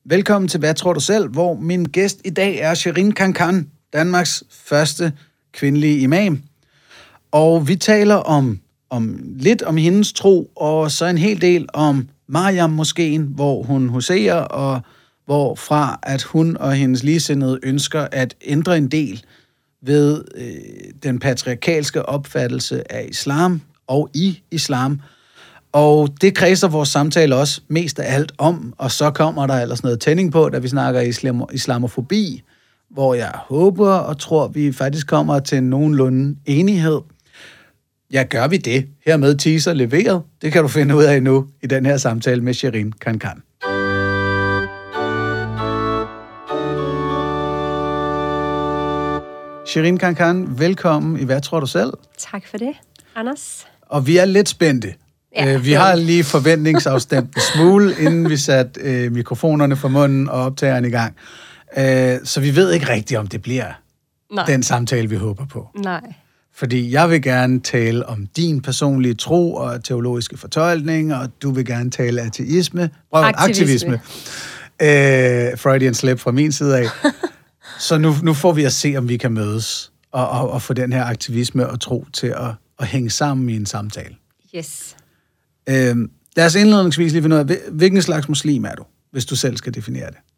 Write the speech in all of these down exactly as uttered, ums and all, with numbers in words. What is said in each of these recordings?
Velkommen til Hvad tror du selv, hvor min gæst i dag er Sherin Khankan, Danmarks første kvindelige imam. Og vi taler om, om lidt om hendes tro, og så en hel del om Mariam-moskeen, hvor hun huserer, og hvorfra at hun og hendes ligesindede ønsker at ændre en del ved øh, den patriarkalske opfattelse af islam og i islam. Og det kredser vores samtale også mest af alt om, og så kommer der ellers noget tænding på, da vi snakker islam- islamofobi, hvor jeg håber og tror, vi faktisk kommer til nogenlunde enighed. Ja, gør vi det? Hermed teaser leveret. Det kan du finde ud af nu i den her samtale med Sherin Khankan. Sherin Khankan, velkommen i Hvad tror du selv? Tak for det, Anders. Og vi er lidt spændte. Ja, vi har lige forventningsafstemt en smule, inden vi satte øh, mikrofonerne for munden og optageren i gang. Øh, så vi ved ikke rigtigt, om det bliver Nej. den samtale, vi håber på. Nej. Fordi jeg vil gerne tale om din personlige tro og teologiske fortolkning, og du vil gerne tale ateisme. Prøv, aktivisme. aktivisme. Øh, Freudian slip fra min side af. Så nu, nu får vi at se, om vi kan mødes og, og, og få den her aktivisme og tro til at, at hænge sammen i en samtale. Yes. Øh, lad os indledningsvis lige finde ud af, hvilken slags muslim er du, hvis du selv skal definere det?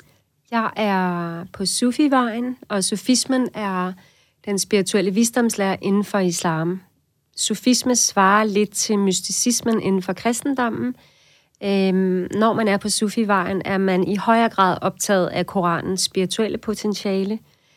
Jeg er på Sufi-vejen, og sufismen er den spirituelle visdomslære inden for islam. Sufisme svarer lidt til mysticismen inden for kristendommen. Øhm, når man er på Sufi-vejen, er man i højere grad optaget af Koranens spirituelle potentiale.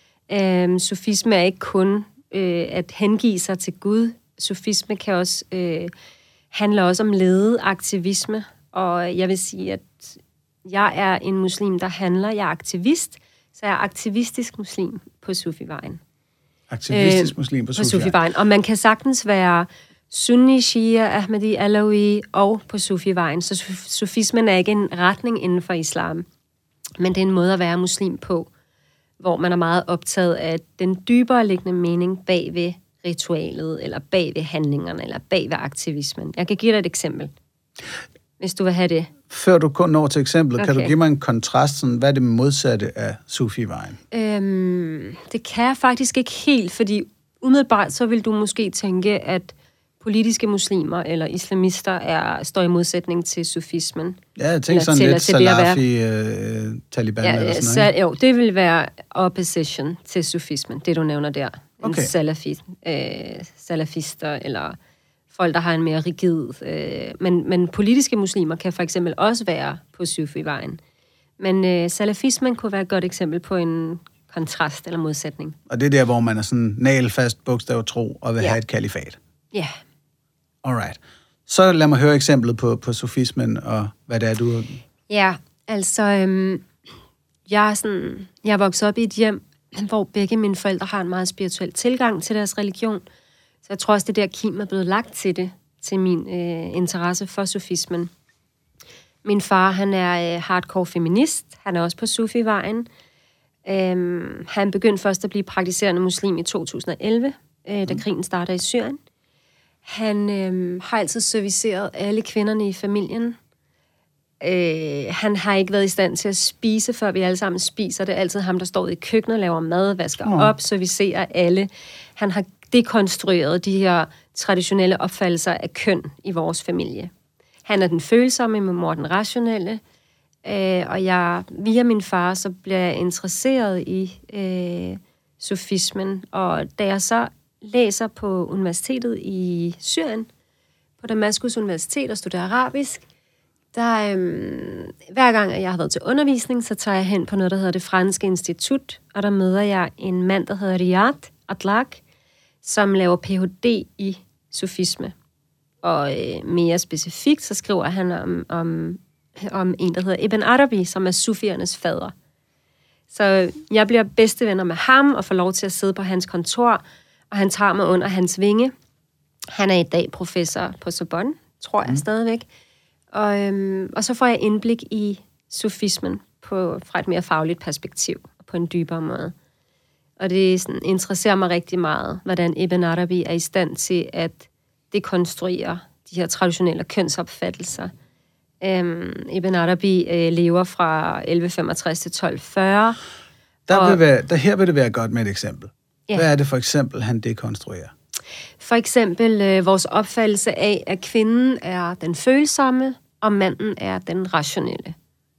Øhm, sufisme er ikke kun øh, at hengive sig til Gud. Sufisme kan også øh, handle også om lede aktivisme, og jeg vil sige, at jeg er en muslim, der handler. Jeg er aktivist, så jeg er aktivistisk muslim på Sufi-vejen. Aktivistisk muslim på Sufi-vejen. På Sufi-vejen. Og man kan sagtens være sunni, shia, ahmadi, alawi og på Sufi-vejen. Så sufismen er ikke en retning inden for islam, men det er en måde at være muslim på, hvor man er meget optaget af den dybere liggende mening bag ved ritualet, eller bag ved handlingerne, eller bag ved aktivismen. Jeg kan give dig et eksempel, hvis du vil have det. Før du kun når til eksemplet, okay. Kan du give mig en kontrast, sådan, hvad er det modsatte af Sufi-vejen? Øhm, det kan jeg faktisk ikke helt, fordi umiddelbart så vil du måske tænke, at politiske muslimer eller islamister er, står i modsætning til sufismen. Ja, jeg tænker sådan lidt Salafi-Taliban ja, eller sådan noget. Jo, det vil være opposition til sufismen, det du nævner der. Okay. En salafi, øh, salafister eller folk, der har en mere rigid... Øh, men, men politiske muslimer kan for eksempel også være på Sufi-vejen. Men øh, salafismen kunne være et godt eksempel på en kontrast eller modsætning. Og det er der, hvor man er sådan nagelfast bogstavtro og vil ja. have et kalifat. Ja. Yeah. Alright. Så lad mig høre eksemplet på, på sufismen og hvad det er, du... Ja, altså... Øhm, jeg, er sådan, jeg er vokset op i et hjem, hvor begge mine forældre har en meget spirituel tilgang til deres religion. Så jeg tror også, det der kim er blevet lagt til det, til min øh, interesse for sufismen. Min far, han er øh, hardcore feminist. Han er også på Sufi-vejen. Øhm, han begyndte først at blive praktiserende muslim i to tusind og elleve, øh, da krigen starter i Syrien. Han øh, har altid serviceret alle kvinderne i familien. Øh, han har ikke været i stand til at spise, før vi alle sammen spiser. Det er altid ham, der står i køkkenet, laver mad, vasker oh. op, servicerer alle. Han har dekonstrueret de her traditionelle opfattelser af køn i vores familie. Han er den følsomme, med mor den rationelle. Øh, og jeg, via min far, så bliver jeg interesseret i øh, sufismen. Og da jeg så læser på universitetet i Syrien, på Damaskus Universitet og studerer arabisk, der øhm, hver gang jeg har været til undervisning, så tager jeg hen på noget, der hedder det franske institut, og der møder jeg en mand, der hedder Riyad Atlaq, som laver P H D i sufisme. Og øh, mere specifikt, så skriver han om, om, om en, der hedder Ibn Arabi, som er sufiernes fader. Så jeg bliver bedste venner med ham, og får lov til at sidde på hans kontor, og han tager mig under hans vinge. Han er i dag professor på Sorbonne, tror jeg mm. stadigvæk. Og, øhm, og så får jeg indblik i sufismen på, fra et mere fagligt perspektiv, og på en dybere måde. Og det sådan, interesserer mig rigtig meget, hvordan Ibn Arabi er i stand til at dekonstruere de her traditionelle kønsopfattelser Øhm, Ibn Arabi øh, lever fra elleve femogtres til tolv fyrre. Der og, vil være, der her vil det være godt med et eksempel. Ja. Hvad er det for eksempel, han dekonstruerer? For eksempel øh, vores opfattelse af, at kvinden er den følsomme, og manden er den rationelle.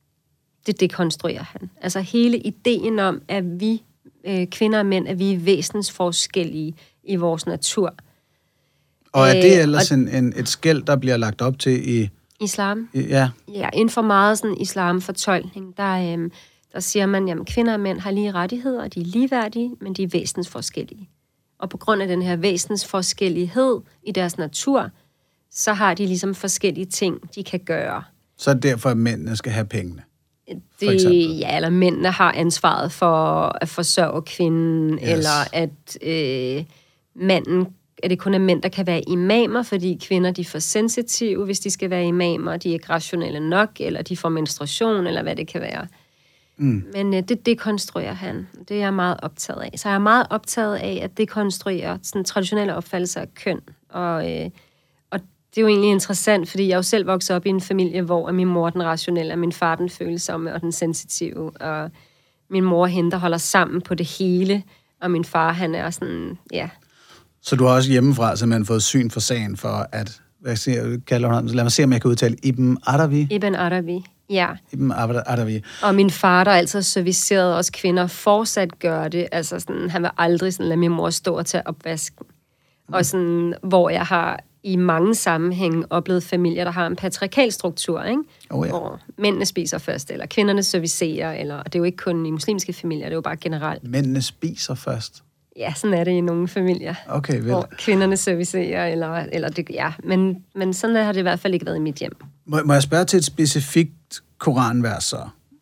Det dekonstruerer han. Altså hele ideen om, at vi, øh, kvinder og mænd, at vi er væsensforskellige i vores natur. Og er det Øh, ellers og- en, en, et skæld, der bliver lagt op til i... Islam? i ja, Ja, inden for meget sådan islam-fortolkning, der, øhm, der siger man, at kvinder og mænd har lige rettigheder, de er ligeværdige, men de er væsensforskellige. Og på grund af den her væsensforskellighed i deres natur, så har de ligesom forskellige ting, de kan gøre. så er det derfor, at mændene skal have pengene. For Det, eksempel. ja, eller mændene har ansvaret for at forsørge kvinden, Yes. yes. eller at øh, manden, at det kun er mænd, der kan være imamer, fordi kvinder, de er for sensitive, hvis de skal være imamer, de er ikke rationelle nok, eller de får menstruation, eller hvad det kan være. Mm. Men øh, det dekonstruerer han. Det er jeg meget optaget af. Så jeg er meget optaget af at dekonstruere sådan traditionelle opfattelser af køn. Og, øh, og det er jo egentlig interessant, fordi jeg er jo selv vokset op i en familie, hvor min mor er den rationelle, og min far den følsomme og den sensitive. Og min mor og hende, der holder sammen på det hele. Og min far, han er sådan, ja... Så du har også hjemmefra simpelthen fået syn for sagen for, at... Hvad siger, kalder hun ham? Lad mig se, om jeg kan udtale Ibn Arabi. Ibn Arabi, ja. Ibn Arabi. Og min far, der altid har serviceret os kvinder, fortsat gør det. Altså sådan, han vil aldrig sådan, lade min mor stå og tage opvasken. Mm. Og sådan, hvor jeg har i mange sammenhænge oplevet familier, der har en patriarkal struktur, ikke? Oh, ja. Hvor mændene spiser først, eller kvinderne servicerer, eller og det er jo ikke kun i muslimske familier, det er jo bare generelt. Mændene spiser først. Ja, sådan er det i nogle familier. Okay, vel. Hvor kvinderne servicerer, eller, eller det, ja. Men, men sådan har det i hvert fald ikke været i mit hjem. Må, må jeg spørge til et specifikt koranvers så?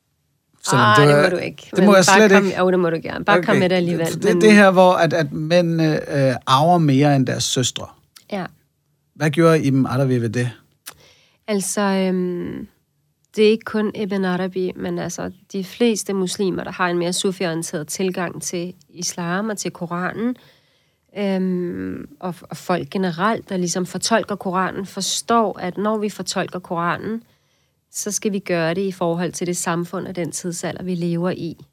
Selvom Ah, det, er- det må du ikke. Det må Men jeg bare slet kom, ikke. Jo, det må du gerne. Bare okay. kom med det alligevel. Det, det, det her, hvor at, at mændene øh, arver mere end deres søstre. Ja. Hvad gjorde Ibn Arabi ved det? Altså, øhm, det er ikke kun Ibn Arabi, men altså de fleste muslimer, der har en mere sufi-orienteret tilgang til islam og til Koranen, øhm, og, og folk generelt, der ligesom fortolker Koranen, forstår, at når vi fortolker Koranen, så skal vi gøre det i forhold til det samfund og den tidsalder, vi lever i.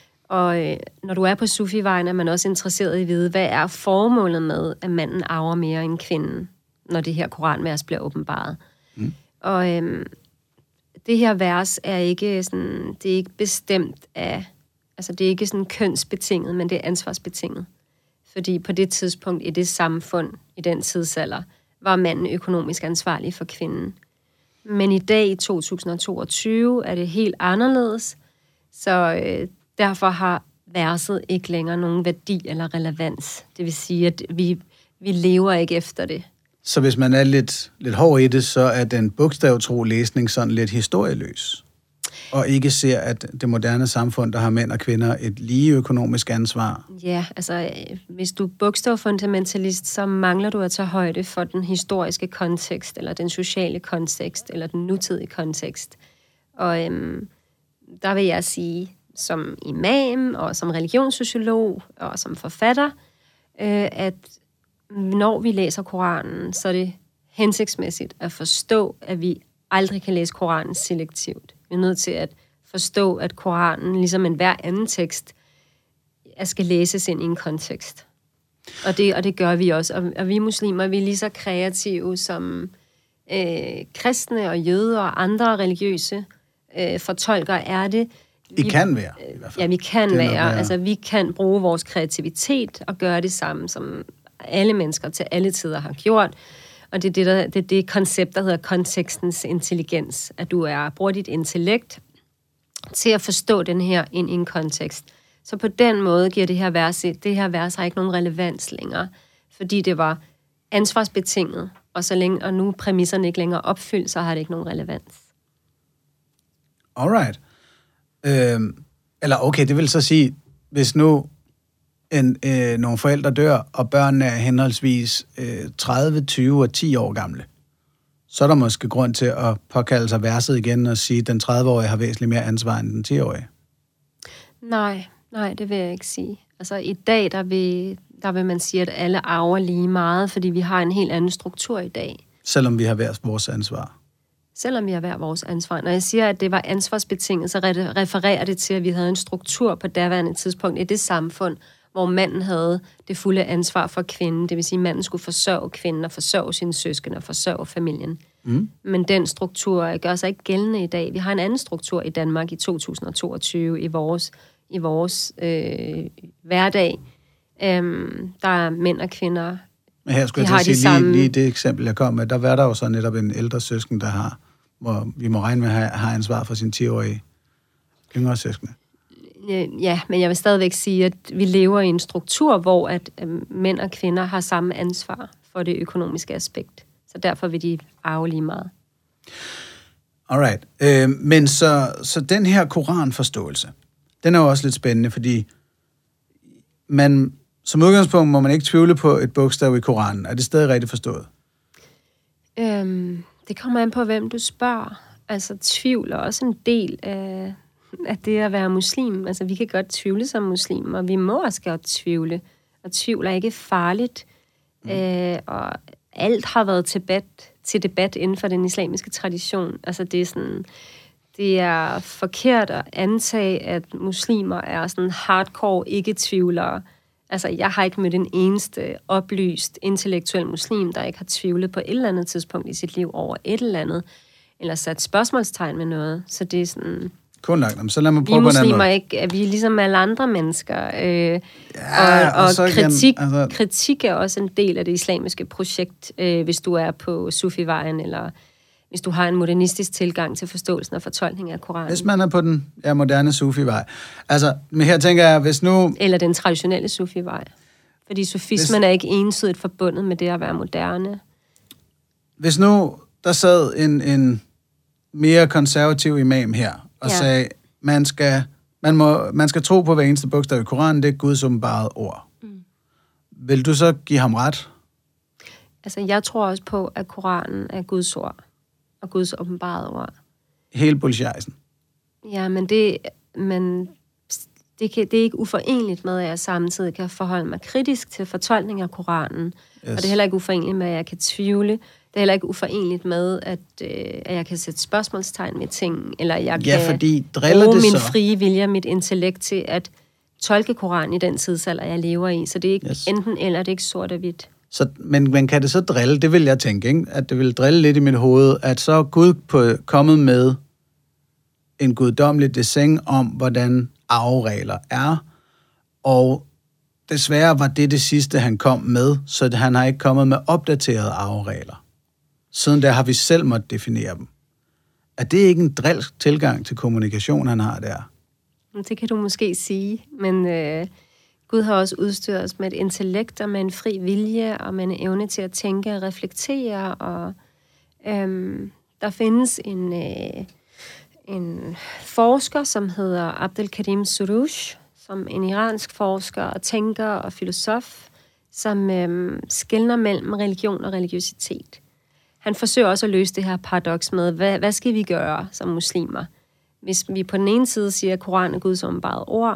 Og øh, når du er på sufi-vejen, er man også interesseret i at vide, hvad er formålet med, at manden arver mere end kvinden, når det her koranvers bliver åbenbaret. Mm. Og øhm, det her vers er ikke sådan, det er ikke bestemt af, altså det er ikke sådan kønsbetinget, men det er ansvarsbetinget. Fordi på det tidspunkt i det samfund, i den tidsalder, var manden økonomisk ansvarlig for kvinden. Men i dag, i to tusind toogtyve, er det helt anderledes, så øh, derfor har verset ikke længere nogen værdi eller relevans. Det vil sige, at vi, vi lever ikke efter det. Så hvis man er lidt, lidt hård i det, så er den bogstavtro læsning sådan lidt historieløs. Og ikke ser, at det moderne samfund, der har mænd og kvinder et lige økonomisk ansvar. Ja, altså hvis du er bogstavfundamentalist, så mangler du at tage højde for den historiske kontekst, eller den sociale kontekst, eller den nutidige kontekst. Og øhm, der vil jeg sige, som imam, og som religionssociolog, og som forfatter, øh, at når vi læser Koranen, så er det hensigtsmæssigt at forstå, at vi aldrig kan læse Koranen selektivt. Vi er nødt til at forstå, at Koranen, ligesom enhver anden tekst, skal læses ind i en kontekst. Og det, og det gør vi også. Og, og vi muslimer, vi er lige så kreative som øh, kristne og jøder og andre religiøse øh, fortolkere er det. I kan være, i hvert fald. Ja, vi kan Det er være. nok være. Altså, vi kan bruge vores kreativitet og gøre det samme, som alle mennesker til alle tider har gjort. Og det er det, der, det, er det koncept, der hedder kontekstens intelligens. At du er, bruger dit intellekt til at forstå den her ind i en kontekst. Så på den måde giver det her vers, det her vers har ikke nogen relevans længere, fordi det var ansvarsbetinget, og så længe, og nu præmisserne ikke længere opfyldt, så har det ikke nogen relevans. Alright. Øhm, eller okay, det vil så sige, hvis nu en, øh, nogle forældre dør, og børnene er henholdsvis øh, tredive, tyve og ti år gamle, så er der måske grund til at påkalde sig verset igen og sige, at den tredive-årige har væsentligt mere ansvar end den ti-årige. Nej, nej, det vil jeg ikke sige. Altså i dag, der vil, der vil man sige, at alle arver lige meget, fordi vi har en helt anden struktur i dag. Selvom vi har hver vores ansvar. selvom vi har hver vores ansvar. Når jeg siger, at det var ansvarsbetinget, så refererer det til, at vi havde en struktur på daværende tidspunkt i det samfund, hvor manden havde det fulde ansvar for kvinden. Det vil sige, at manden skulle forsørge kvinden og forsørge sine søskende og forsørge familien. Mm. Men den struktur gør sig ikke gældende i dag. Vi har en anden struktur i Danmark i to tusind og toogtyve i vores, i vores øh, hverdag. Øhm, der er mænd og kvinder. Men her skulle jeg til at sige, samme... lige, lige det eksempel, jeg kom med, der var der jo så netop en ældre søsken, der har, hvor vi må regne med, at har ansvar for sin ti-årige yngre søskende. Ja, men jeg vil stadigvæk sige, at vi lever i en struktur, hvor at mænd og kvinder har samme ansvar for det økonomiske aspekt. Så derfor vil de arve lige meget. Alright. Øh, men så, så den her koranforståelse, den er jo også lidt spændende, fordi man, som udgangspunkt må man ikke tvivle på et bogstav i Koranen. Er det stadig rigtigt forstået? Øhm, det kommer an på, hvem du spørger. Altså, tvivl er også en del af, af det at være muslim. Altså, vi kan godt tvivle som muslim, og vi må også godt tvivle. Og tvivl er ikke farligt. Mm. Øh, og alt har været til debat, til debat inden for den islamiske tradition. Altså, det er sådan... Det er forkert at antage, at muslimer er sådan hardcore ikke-tvivlere. Altså, jeg har ikke mødt en eneste oplyst, intellektuel muslim, der ikke har tvivlet på et eller andet tidspunkt i sit liv over et eller andet, eller sat spørgsmålstegn med noget. Så det er sådan... Kun langt. Så lad mig prøve vi på muslimer noget. Ikke, er vi ligesom alle andre mennesker. Øh, ja, og og, og kritik, igen, altså... kritik er også en del af det islamiske projekt, øh, hvis du er på Sufi-vejen, eller... hvis du har en modernistisk tilgang til forståelsen og fortolkning af Koranen. Hvis man er på den ja, moderne Sufi-vej. Altså, men her tænker jeg, hvis nu... Eller den traditionelle Sufi-vej. Fordi sufismen hvis... er ikke ensidigt forbundet med det at være moderne. Hvis nu der sad en, en mere konservativ imam her, og ja. sagde, man skal, man, må, man skal tro på hver eneste bogstav i Koranen, det er Guds åbenbarede ord. Mm. Vil du så give ham ret? Altså, jeg tror også på, at Koranen er Guds ord. Og Guds åbenbarede ord. Hele bolsjejsen. Ja, men det, men det, kan, det er ikke uforenligt med, at jeg samtidig kan forholde mig kritisk til fortolkning af Koranen. Yes. Og det er heller ikke uforenligt med, at jeg kan tvivle. Det er heller ikke uforenligt med, at, øh, at jeg kan sætte spørgsmålstegn med ting, eller jeg ja, kan fordi driller bruge det min så? frie vilje og mit intellekt til at tolke Koranen i den tidsalder, jeg lever i. Så det er ikke yes. enten eller, det er ikke sort og hvidt. Så, men, men kan det så drille? Det vil jeg tænke, ikke? At det vil drille lidt i mit hoved, at så er Gud på, kommet med en guddommelig design om, hvordan arveregler er, og desværre var det det sidste, han kom med, så han har ikke kommet med opdaterede arveregler. Siden der har vi selv måttet definere dem. Er det ikke en drilsk tilgang til kommunikation, han har der? Det kan du måske sige, men... Øh Gud har også udstyret os med et intellekt og med en fri vilje og med en evne til at tænke og reflektere. Og, øhm, der findes en, øh, en forsker, som hedder Abdelkarim Soroush, som en iransk forsker og tænker og filosof, som øhm, skelner mellem religion og religiøsitet. Han forsøger også at løse det her paradoks med, hvad, hvad skal vi gøre som muslimer? Hvis vi på den ene side siger, at Koranen er Guds åbenbarede ord,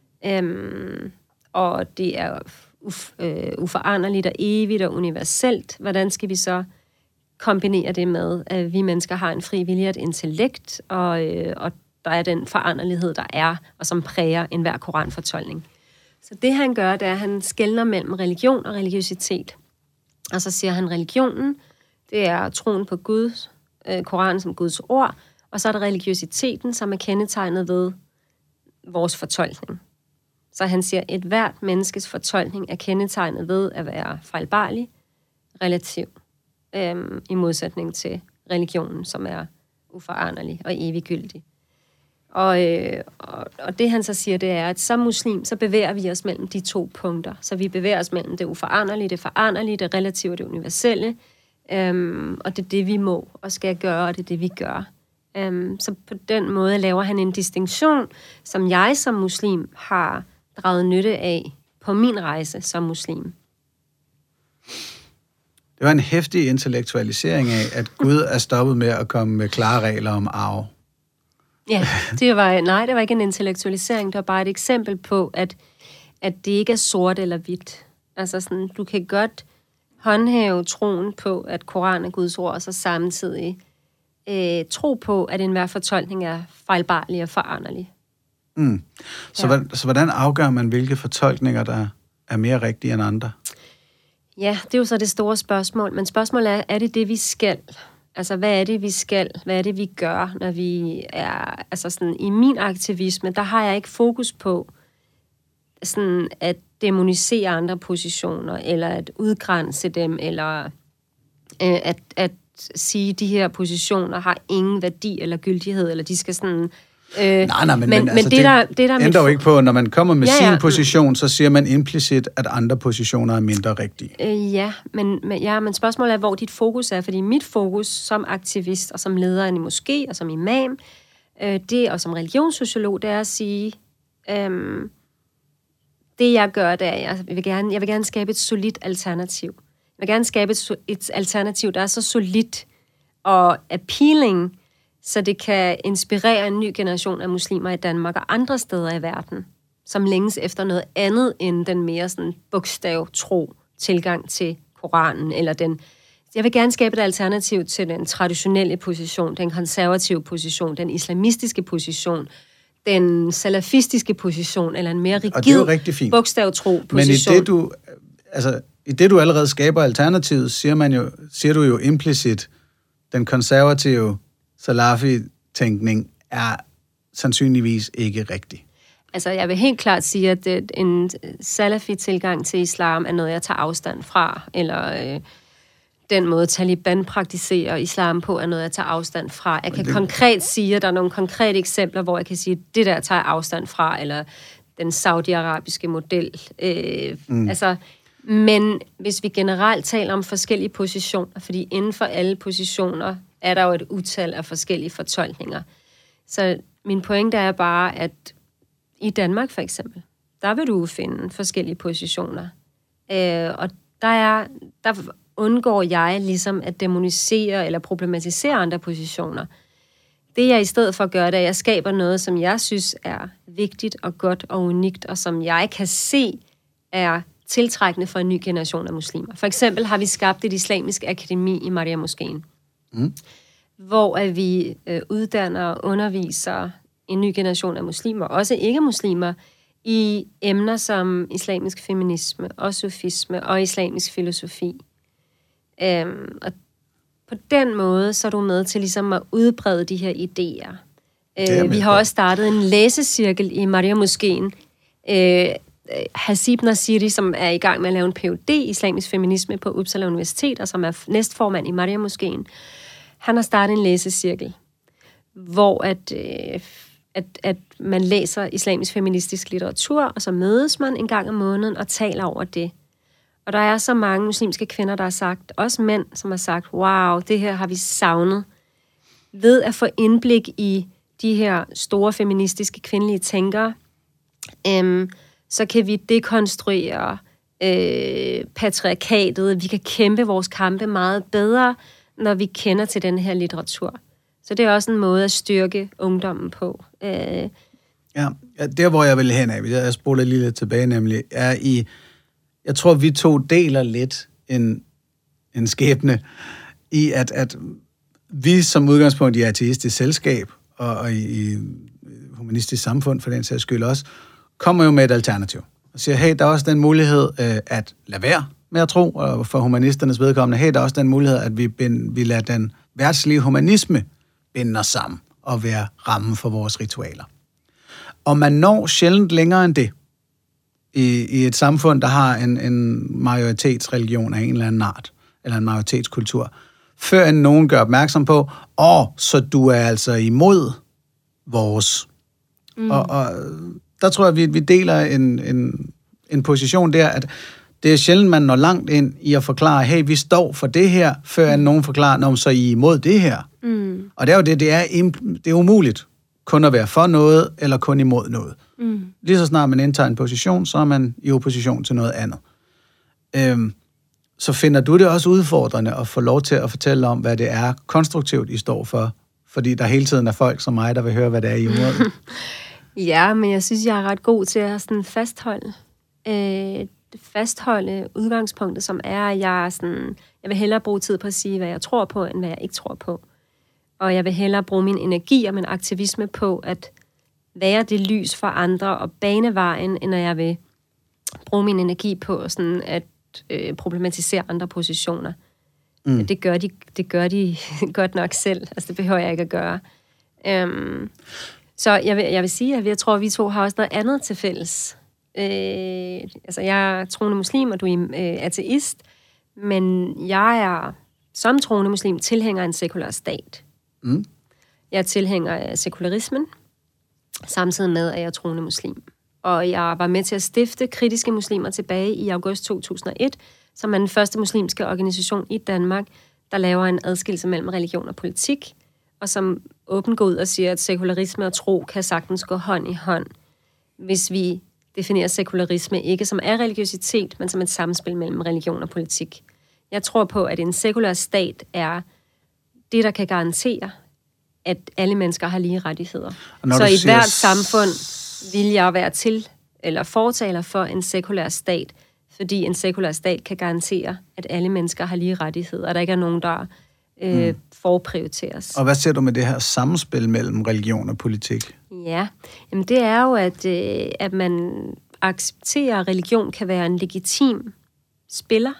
øhm, og det er uf, øh, uforanderligt og evigt og universelt. Hvordan skal vi så kombinere det med, at vi mennesker har en fri vilje og et intellekt, og, øh, og der er den foranderlighed, der er, og som præger enhver koranfortolkning. Så det han gør, det er, at han skelner mellem religion og religiøsitet. Og så siger han, religionen, det er troen på Gud, øh, Koranen som Guds ord, og så er der religiøsiteten, som er kendetegnet ved vores fortolkning. Så han siger, at et hvert menneskes fortolkning er kendetegnet ved at være fejlbarlig, relativ, øhm, i modsætning til religionen, som er uforanderlig og eviggyldig. Og, øh, og, og det han så siger, det er, at som muslim, så bevæger vi os mellem de to punkter. Så vi bevæger os mellem det uforanderlige, det foranderlige, det relative og det universelle. Øhm, og det er det, vi må og skal gøre, og det er det, vi gør. Øhm, så på den måde laver han en distinktion, som jeg som muslim har draget nytte af på min rejse som muslim. Det var en heftig intellektualisering af, at Gud er stoppet med at komme med klare regler om arv. Ja, det var, nej, det var ikke en intellektualisering. Det var bare et eksempel på, at, at det ikke er sort eller hvidt. Altså sådan, du kan godt håndhæve troen på, at Koranen er Guds ord, og så samtidig øh, tro på, at enhver fortolkning er fejlbarlig og foranderlig. Mm. Så, ja. Så hvordan afgør man, hvilke fortolkninger, der er mere rigtige end andre? Ja, det er jo så det store spørgsmål. Men spørgsmålet er, er det det, vi skal? Altså, hvad er det, vi skal? Hvad er det, vi gør, når vi er... Altså, sådan, i min aktivisme, der har jeg ikke fokus på sådan, at dæmonisere andre positioner, eller at udgrænse dem, eller øh, at, at sige, at de her positioner har ingen værdi eller gyldighed, eller de skal sådan... Øh, nej, nej, men, men, men altså, det, det, der, det der ændrer jo ikke på, når man kommer med ja, ja. sin position, så siger man implicit, at andre positioner er mindre rigtige. Øh, ja, men, men, ja, men spørgsmålet er, hvor dit fokus er, fordi mit fokus som aktivist og som leder i moské og som imam, øh, det og som religionssociolog, det er at sige, øh, det jeg gør, det er, jeg vil gerne, jeg vil gerne skabe et solidt alternativ. Jeg vil gerne skabe et, et alternativ, der er så solidt og appealing, så det kan inspirere en ny generation af muslimer i Danmark og andre steder i verden, som længes efter noget andet end den mere sådan bogstav-tro tilgang til Koranen, eller den... Jeg vil gerne skabe et alternativ til den traditionelle position, den konservative position, den islamistiske position, den salafistiske position, eller en mere rigid bogstav-tro position. Men i det, du, altså, i det, du allerede skaber alternativet, siger, man jo, siger du jo implicit, den konservative salafi-tænkning er sandsynligvis ikke rigtig. Altså, jeg vil helt klart sige, at en salafi-tilgang til islam er noget, jeg tager afstand fra, eller øh, den måde, Taliban praktiserer islam på, er noget, jeg tager afstand fra. Jeg kan det... konkret sige, at der er nogle konkrete eksempler, hvor jeg kan sige, at det der tager afstand fra, eller den saudiarabiske model. Øh, mm. Altså, men hvis vi generelt taler om forskellige positioner, fordi inden for alle positioner er der jo et utal af forskellige fortolkninger. Så min pointe er bare, at i Danmark for eksempel, der vil du finde forskellige positioner. Øh, og der, er, der undgår jeg ligesom at dæmonisere eller problematisere andre positioner. Det jeg i stedet for gør, det er, at jeg skaber noget, som jeg synes er vigtigt og godt og unikt, og som jeg kan se er tiltrækkende for en ny generation af muslimer. For eksempel har vi skabt et islamisk akademi i Maria-moskéen, mm. hvor at vi øh, uddanner og underviser en ny generation af muslimer, også ikke-muslimer, i emner som islamisk feminisme og sufisme og islamisk filosofi. Øhm, og på den måde, så er du med til ligesom at udbrede de her idéer. Øh, vi har også startet en læsecirkel i Maria-moskéen. Øh, Hasib Nasiri, som er i gang med at lave en P H D i islamisk feminisme på Uppsala Universitet, og som er næstformand i Maria-moskéen, han har startet en læsecirkel, hvor at, øh, at, at man læser islamisk feministisk litteratur, og så mødes man en gang om måneden og taler over det. Og der er så mange muslimske kvinder, der har sagt, også mænd, som har sagt, wow, det her har vi savnet. Ved at få indblik i de her store feministiske kvindelige tænkere, øhm, så kan vi dekonstruere øh, patriarkatet. Vi kan kæmpe vores kampe meget bedre, når vi kender til den her litteratur. Så det er også en måde at styrke ungdommen på. Øh. Ja, der hvor jeg vil hen af, jeg spoler lige lidt tilbage nemlig, er i, jeg tror vi to deler lidt en, en skæbne i, at, at vi som udgangspunkt i ateistisk selskab, og, og i, i humanistisk samfund for den sags skyld også, kommer jo med et alternativ. Og siger, hey, der er også den mulighed øh, at lade være med at tro, og for humanisternes vedkommende, hey, der er også den mulighed, at vi, bind, vi lader den verdslige humanisme binde os sammen og være rammen for vores ritualer. Og man når sjældent længere end det i, i et samfund, der har en, en majoritetsreligion af en eller anden art, eller en majoritetskultur, før end nogen gør opmærksom på, åh, så du er altså imod vores. Mm. Og, og der tror jeg, vi, vi deler en, en, en position der, at det er sjældent, man når langt ind i at forklare, hey, vi står for det her, før mm. nogen forklarer, når så I er imod det her. Mm. Og det er jo det, det er, det er umuligt kun at være for noget, eller kun imod noget. Mm. Lige så snart man indtager en position, så er man i opposition til noget andet. Øhm, så finder du det også udfordrende at få lov til at fortælle om, hvad det er konstruktivt, I står for? Fordi der hele tiden er folk som mig, der vil høre, hvad det er, I er imod. Ja, men jeg synes, jeg er ret god til at sådan fastholde, øh, fastholde udgangspunktet, som er, at jeg, er sådan, jeg vil hellere bruge tid på at sige, hvad jeg tror på, end hvad jeg ikke tror på. Og jeg vil hellere bruge min energi og min aktivisme på at være det lys for andre og bane vejen, end at jeg vil bruge min energi på sådan at øh, problematisere andre positioner. Mm. Det gør de, det gør de godt nok selv. Altså, det behøver jeg ikke at gøre. Um, så jeg vil, jeg vil sige, at jeg tror, at vi to har også noget andet til fælles. Øh, altså, jeg er troende muslim, og du er øh, ateist, men jeg er som troende muslim tilhænger af en sekulær stat. Mm. Jeg er tilhænger af sekularismen, samtidig med, at jeg er troende muslim. Og jeg var med til at stifte Kritiske Muslimer tilbage i august to tusind og et, som er den første muslimske organisation i Danmark, der laver en adskillelse mellem religion og politik, og som åbent går ud og siger, at sekularisme og tro kan sagtens gå hånd i hånd, hvis vi definerer sekularisme ikke som er religiøsitet, men som et samspil mellem religion og politik. Jeg tror på, at en sekulær stat er det, der kan garantere, at alle mennesker har lige rettigheder. Så i siger... hvert samfund vil jeg være til, eller fortaler for en sekulær stat, fordi en sekulær stat kan garantere, at alle mennesker har lige rettigheder, og der ikke er nogen, der øh, mm. forprioriteres. Og hvad ser du med det her samspil mellem religion og politik? Ja, jamen det er jo, at, øh, at man accepterer, at religion kan være en legitim spiller.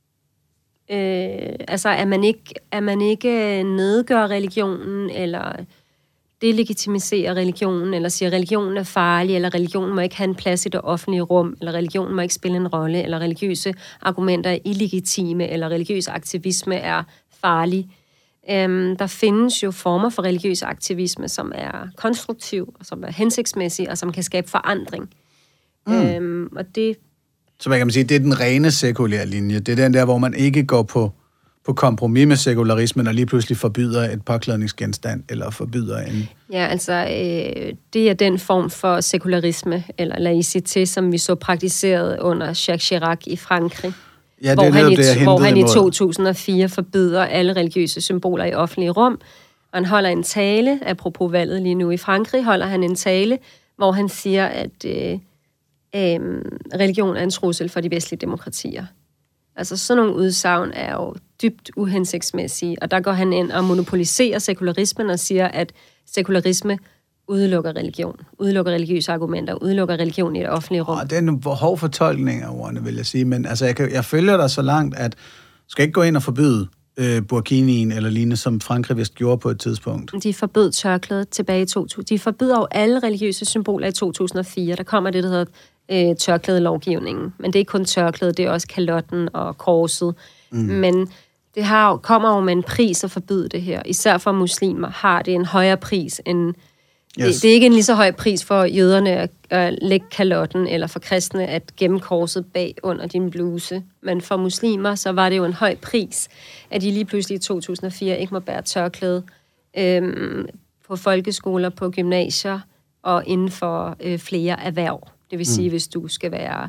Øh, altså, at man, ikke, at man ikke nedgør religionen, eller delegitimiserer religionen, eller siger, at religionen er farlig, eller religionen må ikke have en plads i det offentlige rum, eller religionen må ikke spille en rolle, eller religiøse argumenter er illegitime, eller religiøs aktivisme er farlig. Øhm, der findes jo former for religiøs aktivisme, som er konstruktiv, og som er hensigtsmæssig, og som kan skabe forandring. Mm. Øhm, og det... Så man kan sige, det er den rene sekulære linje. Det er den der, hvor man ikke går på, på kompromis med sekularismen, og lige pludselig forbyder et påklædningsgenstand, eller forbyder en... Ja, altså, øh, det er den form for sekularisme, eller laïcité, som vi så praktiseret under Jacques Chirac i Frankrig. Ja, det hvor, han i, det, hvor han i to tusind og fire forbyder alle religiøse symboler i offentlige rum. Og han holder en tale, apropos valget lige nu i Frankrig, holder han en tale, hvor han siger, at øh, øh, religion er en trussel for de vestlige demokratier. Altså sådan nogle udsagn er jo dybt uhensigtsmæssige, og der går han ind og monopoliserer sekularismen og siger, at sekularisme udelukker religion, udelukker religiøse argumenter, udelukker religion i det offentlige rum. Oh, det er en hård fortolkning af ordene, vil jeg sige, men altså, jeg, kan, jeg følger dig så langt, at du skal ikke gå ind og forbyde øh, burkinien eller lignende, som Frankrig vist gjorde på et tidspunkt. De forbød tørklædet tilbage i to tusind. De forbyder jo alle religiøse symboler i to tusind og fire. Der kommer det, der hedder øh, tørklædelovgivningen. Men det er ikke kun tørklædet, det er også kalotten og korset. Mm. Men det har, kommer jo med en pris at forbyde det her. Især for muslimer har det en højere pris end... Yes. Det, det er ikke en lige så høj pris for jøderne at, at lægge kalotten, eller for kristne at gemme korset bag under din bluse. Men for muslimer, så var det jo en høj pris, at de lige pludselig i to tusind og fire ikke må bære tørklæde øhm, på folkeskoler, på gymnasier og inden for øh, flere erhverv. Det vil sige, mm. hvis du skal være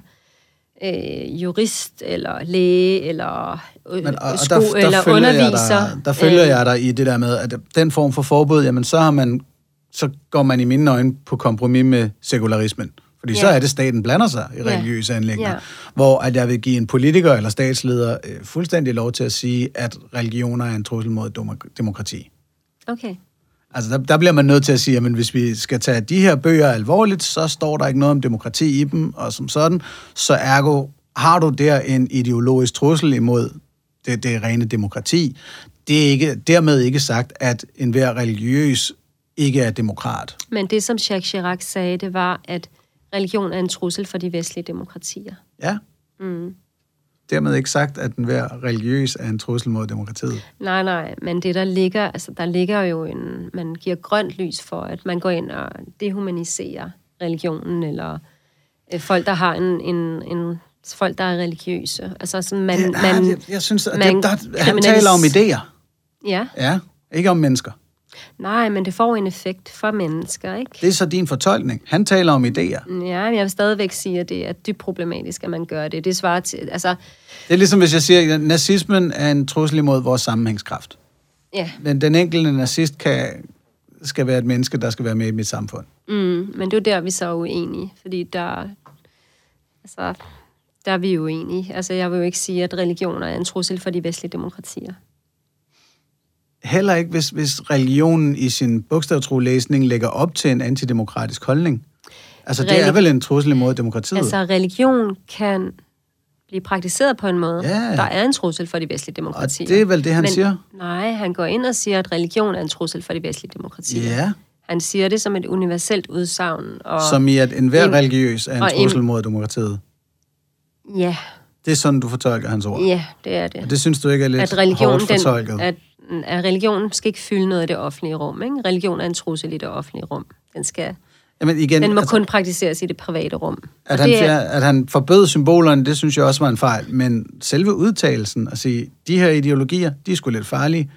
øh, jurist, eller læge, eller, øh, Men, og, sko, og der, der eller følger underviser. Jeg der, der følger øh, jeg dig i det der med, at den form for forbud, jamen så har man så går man i mine øjne på kompromis med sekularismen. Fordi yeah. så er det, staten blander sig i religiøse yeah. anliggender. Yeah. Hvor at jeg vil give en politiker eller statsleder øh, fuldstændig lov til at sige, at religioner er en trussel mod demokrati. Okay. Altså der, der bliver man nødt til at sige, at hvis vi skal tage de her bøger alvorligt, så står der ikke noget om demokrati i dem, og som sådan, så ergo har du der en ideologisk trussel imod det, det rene demokrati. Det er ikke, dermed ikke sagt, at enhver religiøs ikke er demokrat. Men det, som Jacques Chirac sagde, det var, at religion er en trussel for de vestlige demokratier. Ja. Mm. Dermed ikke sagt, at enhver religiøs er en trussel mod demokratiet. Nej, nej, men det der ligger, altså der ligger jo en, man giver grønt lys for, at man går ind og dehumaniserer religionen, eller øh, folk, der har en, en, en folk, der er religiøse. Altså sådan, man... Det, man jeg, jeg synes, at man, det, der, han taler om idéer. Ja. Ja, ikke om mennesker. Nej, men det får en effekt for mennesker, ikke? Det er så din fortolkning. Han taler om idéer. Ja, men jeg vil stadigvæk sige, at det er dybt problematisk, at man gør det. Det svarer til, altså... Det er ligesom, hvis jeg siger, at nazismen er en trussel imod vores sammenhængskraft. Ja. Men den enkelte nazist kan, skal være et menneske, der skal være med i mit samfund. Mm, men det er jo der, vi så er uenige. Fordi der... Altså, der er vi jo uenige. Altså, jeg vil jo ikke sige, at religioner er en trussel for de vestlige demokratier. heller ikke, hvis, hvis religionen i sin bogstavtro-læsning lægger op til en antidemokratisk holdning. Altså, det Religi- er vel en trussel imod demokratiet? Altså, religion kan blive praktiseret på en måde. Ja. Der er en trussel for de vestlige demokratier. Og det er vel det, han Men, siger? Nej, han går ind og siger, at religion er en trussel for de vestlige demokratier. Ja. Han siger det som et universelt udsagn. Og som i, at enhver religiøs er en trussel mod demokratiet? Ja. Det er sådan, du fortolker hans ord? Ja, det er det. Og det synes du ikke er lidt at religion, hårdt fortolket? Den, at, at religionen skal ikke fylde noget i det offentlige rum. Ikke? Religion er en trussel i det offentlige rum. Den skal... Jamen igen, den må altså, kun praktiseres i det private rum. At han, er, at han forbød symbolerne, det synes jeg også var en fejl. Men selve udtalelsen, at sige, de her ideologier, de er sgu lidt farlige.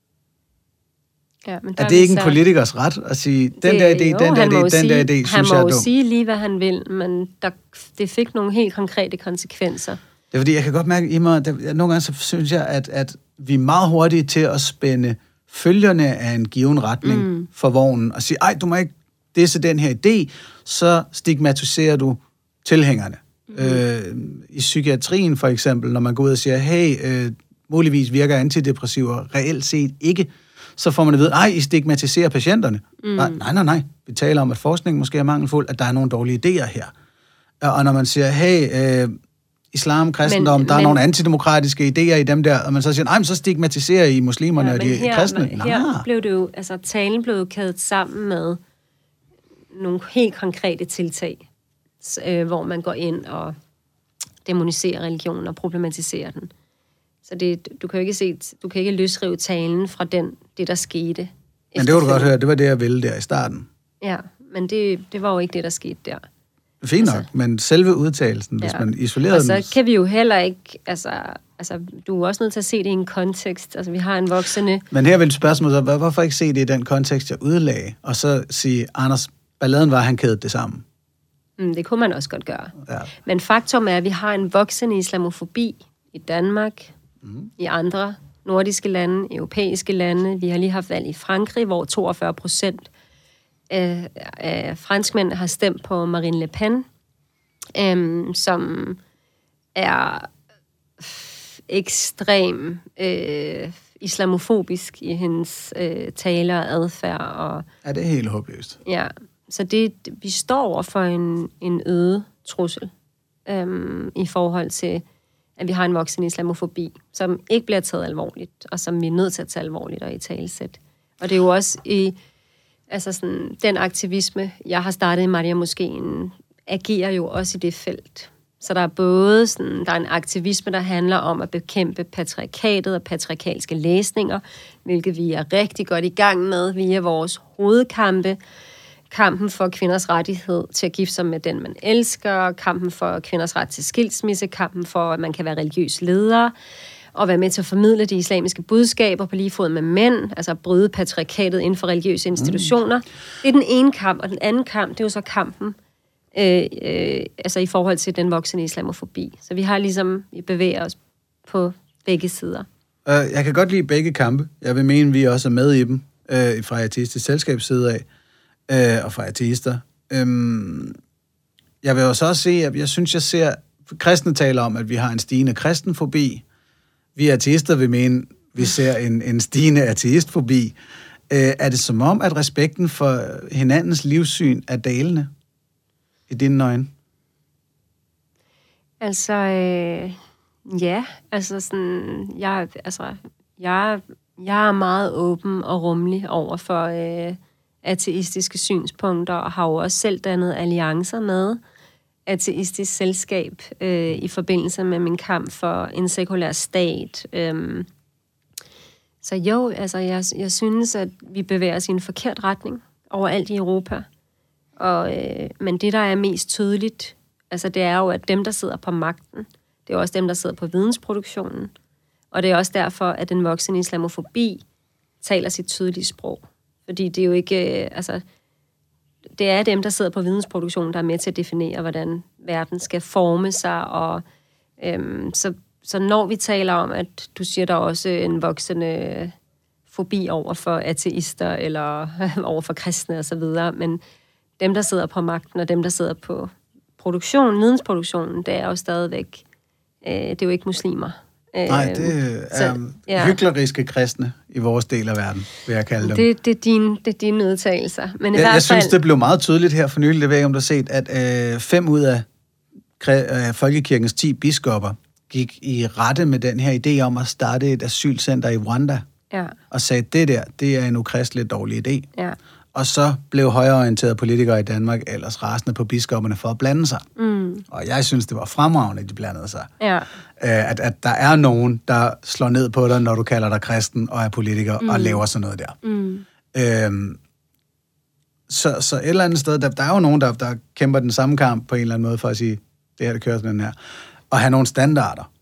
Ja, men er det ikke så... en politikers ret at sige, den det, der idé, jo, den der idé, den sige, der idé, synes jeg er dum? Han må jo sige lige, hvad han vil, men der, det fik nogle helt konkrete konsekvenser. Det er fordi, jeg kan godt mærke i mig, at nogle gange så synes jeg, at, at vi er meget hurtige til at spænde følgerne af en given retning mm. for vognen, og sige, ej, du må ikke disse den her idé, så stigmatiserer du tilhængerne. Mm. Øh, I psykiatrien for eksempel, når man går ud og siger, hey, øh, muligvis virker antidepressiver reelt set ikke, så får man at vide, nej, I stigmatiserer patienterne. Mm. Nej, nej, nej. Vi taler om, at forskningen måske er mangelfuld, at der er nogle dårlige idéer her. Og når man siger, hey, øh, islam, kristendom, men, der er men, nogle antidemokratiske idéer i dem der, og man så siger, nej, så stigmatiserer I muslimerne ja, og de her, kristne. Men, her blev det jo, altså talen blev jo kædet sammen med nogle helt konkrete tiltag, øh, hvor man går ind og demoniserer religionen og problematiserer den. Så det, du kan jo ikke se, du kan ikke løsrive talen fra den, det der skete. Men det var du godt høre, det var det, jeg ville der i starten. Ja, men det, det var jo ikke det, der skete der. Fint nok, altså, men selve udtalelsen, ja. Hvis man isolerede den... Og så kan vi jo heller ikke, altså, altså, du er også nødt til at se det i en kontekst. Altså, vi har en voksende... Men her vil spørgsmålet så, hvorfor ikke se det i den kontekst, jeg udlagde, og så sige, Anders, balladen var, han kædede det sammen? Mm, det kunne man også godt gøre. Ja. Men faktum er, at vi har en voksende islamofobi i Danmark, mm. i andre nordiske lande, europæiske lande. Vi har lige haft valg i Frankrig, hvor toogfyrre procent af, af franskmænd har stemt på Marine Le Pen, øhm, som er ekstrem øh, islamofobisk i hendes øh, taler og adfærd. Og, ja, det er helt håbløst. Ja, så det, vi står over for en, en øget trussel øhm, i forhold til, at vi har en voksen islamofobi, som ikke bliver taget alvorligt, og som vi er nødt til at tage alvorligt og i talesæt. Og det er jo også i altså sådan, den aktivisme, jeg har startet i Maria-moskeen, agerer jo også i det felt. Så der er både sådan, der er en aktivisme, der handler om at bekæmpe patriarkatet og patriarkalske læsninger, hvilket vi er rigtig godt i gang med via vores hovedkampe. Kampen for kvinders rettighed til at gifte sig med den, man elsker, kampen for kvinders ret til skilsmisse, kampen for, at man kan være religiøs leder, og være med til at formidle de islamiske budskaber på lige fod med mænd, altså bryde patriarkatet inden for religiøse institutioner. Mm. Det er den ene kamp, og den anden kamp, det er jo så kampen øh, øh, altså i forhold til den voksende islamofobi. Så vi har ligesom, vi bevæger os på begge sider. Uh, jeg kan godt lide begge kampe. Jeg vil mene, vi også er med i dem, uh, fra Ateistisk Selskabs side af. Øh, og fra ateister. Øhm, jeg vil også også se, at jeg synes, jeg ser... Kristne taler om, at vi har en stigende kristenfobi. Vi ateister vil mene, vi ser en, en stigende ateistfobi. Øh, er det som om, at respekten for hinandens livssyn er dalende i dine øjne? Altså, øh, ja. Altså, sådan... Jeg, altså, jeg, jeg er meget åben og rummelig over for... Øh, ateistiske synspunkter, og har jo også selv dannet alliancer med ateistisk selskab øh, i forbindelse med min kamp for en sekulær stat. Øhm. Så jo, altså jeg, jeg synes, at vi bevæger os i en forkert retning overalt i Europa. Og, øh, men det, der er mest tydeligt, altså det er jo, at dem, der sidder på magten, det er også dem, der sidder på vidensproduktionen. Og det er også derfor, at den voksende islamofobi taler sit tydelige sprog. Fordi det er jo ikke, altså, det er dem, der sidder på vidensproduktionen, der er med til at definere, hvordan verden skal forme sig, og øhm, så, så når vi taler om, at du siger, der er også en voksende fobi over for ateister, eller over for kristne og så videre, men dem, der sidder på magten, og dem, der sidder på produktionen, vidensproduktionen, det er jo stadigvæk, øh, det er jo ikke muslimer. Nej, det er så, ja. hykleriske kristne i vores del af verden, vil jeg kalde dem. Det, det, er, din, det er dine udtalelser. Men i jeg, hvert fald... jeg synes, det blev meget tydeligt her for nylig, det ved jeg, om du har set, at øh, fem ud af øh, Folkekirkens ti biskopper gik i rette med den her idé om at starte et asylcenter i Rwanda. Ja. Og sagde, det der, det er en ukristeligt dårlig idé. Ja. Og så blev højreorienterede politikere i Danmark ellers rasende på biskopperne for at blande sig. Mm. Og jeg synes, det var fremragende, at de blandede sig. Ja. At, at der er nogen, der slår ned på dig, når du kalder dig kristen og er politiker mm. og laver sådan noget der. Mm. Øhm, så, så et eller andet sted, der, der er jo nogen, der, der kæmper den samme kamp på en eller anden måde for at sige, det her, det kører sådan her. Og have nogle standarder.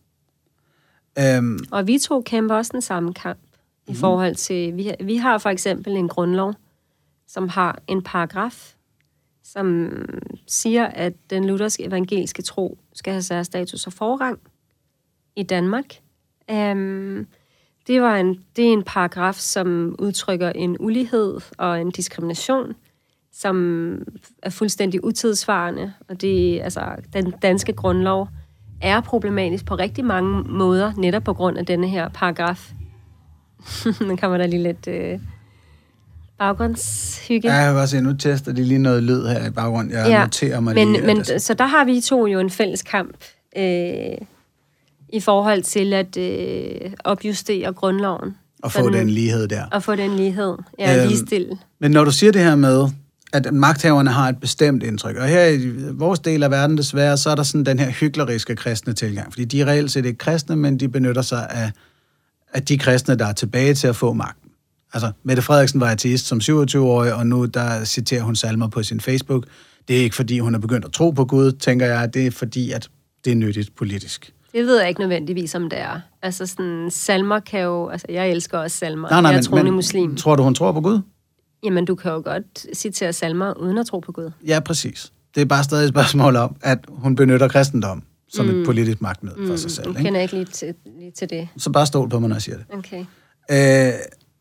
Øhm, og vi to kæmper også den samme kamp mm. i forhold til, vi, vi har for eksempel en grundlov, som har en paragraf, som siger, at den lutherske evangeliske tro skal have særstatus og forrang i Danmark. Um, det, var en, det er en paragraf, som udtrykker en ulighed og en diskrimination, som er fuldstændig utidsvarende. Og det, altså, den danske grundlov er problematisk på rigtig mange måder, netop på grund af denne her paragraf. Nu kommer der lige lidt... Øh, baggrundshygge. Ja, jeg vil også se, nu tester de lige noget lyd her i baggrund. Jeg ja, noterer mig men, lige. Men, det... Så der har vi to jo en fælles kamp øh, i forhold til at øh, opjustere grundloven. Og få den lighed der. Og få den lighed. Ja, øhm, ligestille. Men når du siger det her med, at magthaverne har et bestemt indtryk, og her i vores del af verden desværre, så er der sådan den her hykleriske kristne tilgang. Fordi de er reelt set ikke kristne, men de benytter sig af, af de kristne, der er tilbage til at få magten. Altså, Mette Frederiksen var ateist som syvogtyve-årig, og nu der citerer hun salmer på sin Facebook. Det er ikke, fordi hun er begyndt at tro på Gud, tænker jeg. Det er, fordi at det er nyttigt politisk. Det ved jeg ikke nødvendigvis, om det er. Altså, sådan, salmer kan jo... Altså, jeg elsker også salmer. Nej, nej, jeg er men, troende men, muslim. Tror du, hun tror på Gud? Jamen, du kan jo godt citere salmer uden at tro på Gud. Ja, præcis. Det er bare stadig et spørgsmål om, at hun benytter kristendom som mm. et politisk magtmiddel for mm. sig selv. Jeg kender ikke lige til, lige til det. Så bare stol på mig, når jeg siger det. Okay. Øh,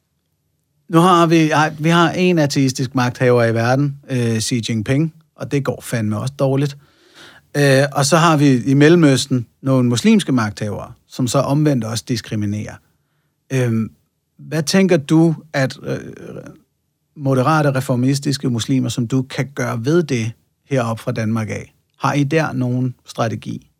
nu har vi, ej, vi har en ateistisk magthaver i verden, øh, Xi Jinping, og det går fandme også dårligt. Øh, og så har vi i Mellemøsten nogle muslimske magthavere, som så omvendt også diskriminerer. Øh, hvad tænker du, at øh, moderate, reformistiske muslimer, som du kan gøre ved det heroppe fra Danmark af? Har I der nogen strategi?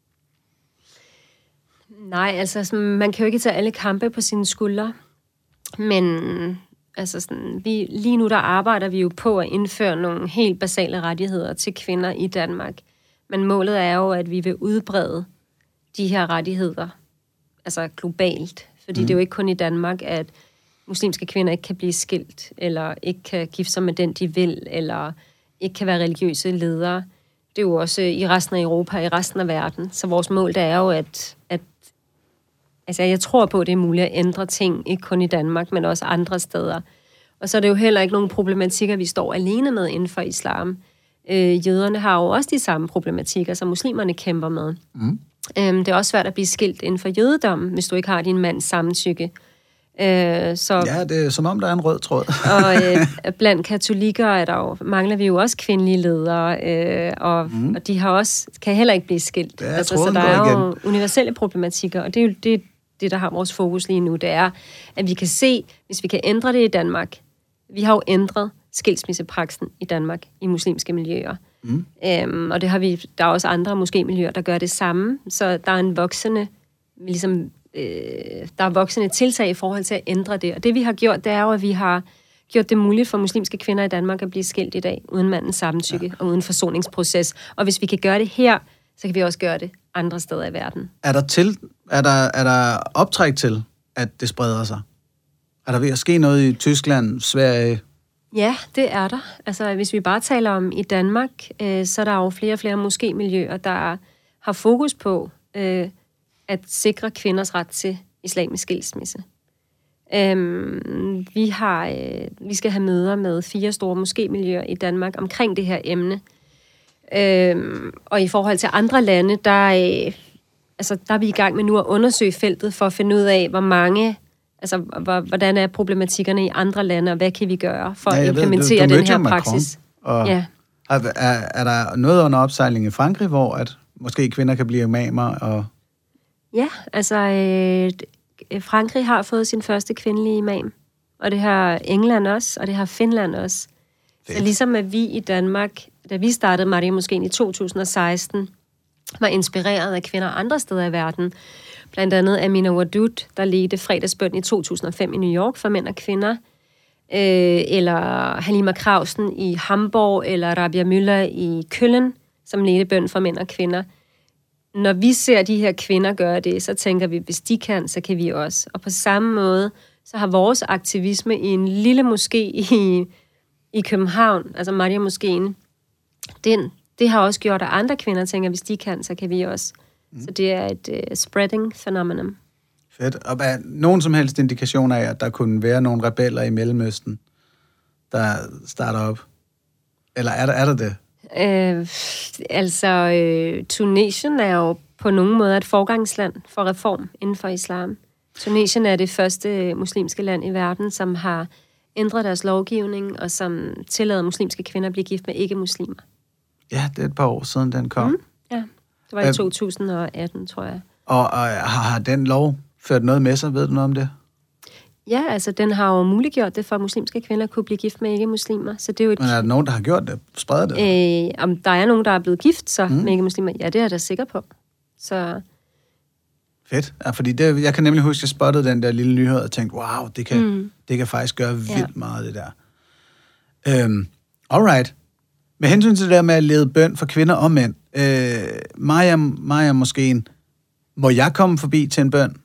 Nej, altså man kan jo ikke tage alle kampe på sine skuldre, men altså sådan, vi, lige nu der arbejder vi jo på at indføre nogle helt basale rettigheder til kvinder i Danmark. Men målet er jo, at vi vil udbrede de her rettigheder, altså globalt. Fordi mm. det er jo ikke kun i Danmark, at muslimske kvinder ikke kan blive skilt, eller ikke kan gifte sig med den, de vil, eller ikke kan være religiøse ledere. Det er jo også i resten af Europa, i resten af verden. Så vores mål der er jo, at, at altså jeg tror på, at det er muligt at ændre ting, ikke kun i Danmark, men også andre steder. Og så er det jo heller ikke nogen problematikker, vi står alene med inden for islam. Øh, jøderne har jo også de samme problematikker, som muslimerne kæmper med. Mm. Øhm, det er også svært at blive skilt inden for jødedommen, hvis du ikke har din mands samtykke. Øh, så, ja, det er som om, der er en rød tråd. og øh, blandt katolikker er der jo, mangler vi jo også kvindelige ledere, øh, og, mm. og de har også, kan heller ikke blive skilt. Altså, så der er jo igen. universelle problematikker, og det er jo det, det, der har vores fokus lige nu, det er, at vi kan se, hvis vi kan ændre det i Danmark. Vi har jo ændret skilsmissepraksen i Danmark i muslimske miljøer. Mm. Øhm, og det har vi, der er også andre moské-miljøer, der gør det samme. Så der er en voksende, ligesom, øh, der er voksende tiltag i forhold til at ændre det. Og det vi har gjort, det er jo, at vi har gjort det muligt for muslimske kvinder i Danmark at blive skilt i dag, uden mandens samtykke ja. og uden forsoningsproces. Og hvis vi kan gøre det her, så kan vi også gøre det andre steder i verden. Er der, til, er der, er der optræk til, at det spreder sig? Er der ved at ske noget i Tyskland, Sverige? Ja, det er der. Altså, hvis vi bare taler om i Danmark, øh, så er der jo flere og flere moské-miljøer, der har fokus på øh, at sikre kvinders ret til islamisk skilsmisse. Øhm, vi, har, øh, vi skal have møder med fire store moské-miljøer i Danmark omkring det her emne. Øhm, og i forhold til andre lande, der, øh, altså, der er vi i gang med nu at undersøge feltet for at finde ud af, hvor mange... Altså, hvordan er problematikkerne i andre lande, og hvad kan vi gøre for ja, at implementere ved, du, du den her praksis? Og ja. er, er, er der noget under opsejling i Frankrig, hvor at måske kvinder kan blive imamer? Og... Ja, altså øh, Frankrig har fået sin første kvindelige imam, og det har England også, og det har Finland også. Fedt. Så ligesom at vi i Danmark, da vi startede Mariamoskeen i to tusind og seksten, var inspireret af kvinder andre steder i verden. Blandt andet Amina Wadud, der ledte fredagsbøn i to tusind og fem i New York for mænd og kvinder. Øh, eller Halima Krausen i Hamburg, eller Rabia Müller i Køln, som ledte bøn for mænd og kvinder. Når vi ser de her kvinder gøre det, så tænker vi, hvis de kan, så kan vi også. Og på samme måde, så har vores aktivisme i en lille moské i, i København, altså Mariamoskeen, den, det har også gjort, at andre kvinder tænker, hvis de kan, så kan vi også. Mm. Så det er et uh, spreading phenomenon. Fedt. Og er nogen som helst indikation af, at der kunne være nogle rebeller i Mellemøsten, der starter op? Eller er der, er der det? Øh, altså, øh, Tunesien er jo på nogen måde et forgangsland for reform inden for islam. Tunesien er det første muslimske land i verden, som har ændret deres lovgivning, og som tillader muslimske kvinder at blive gift med ikke-muslimer. Ja, det er et par år siden, den kom. Mm, ja, det var i to tusind og atten, tror jeg. Og, og har den lov ført noget med sig? Ved du noget om det? Ja, altså den har jo muliggjort det for, at muslimske kvinder kunne blive gift med ikke-muslimer. Så det er jo et... Men er der nogen, der har gjort det? Spredt det? Øh, om der er nogen, der er blevet gift så mm. med ikke-muslimer? Ja, det er jeg da sikker på. Så... Fedt. Ja, fordi det, jeg kan nemlig huske, at jeg spottede den der lille nyhed og tænkte, wow, det kan, mm. det kan faktisk gøre vildt ja. meget, det der. Øhm, alright. Med hensyn til det der med at lede bøn for kvinder og mænd, øh, Mariam, Mariam Moskeen, må jeg komme forbi til en bøn?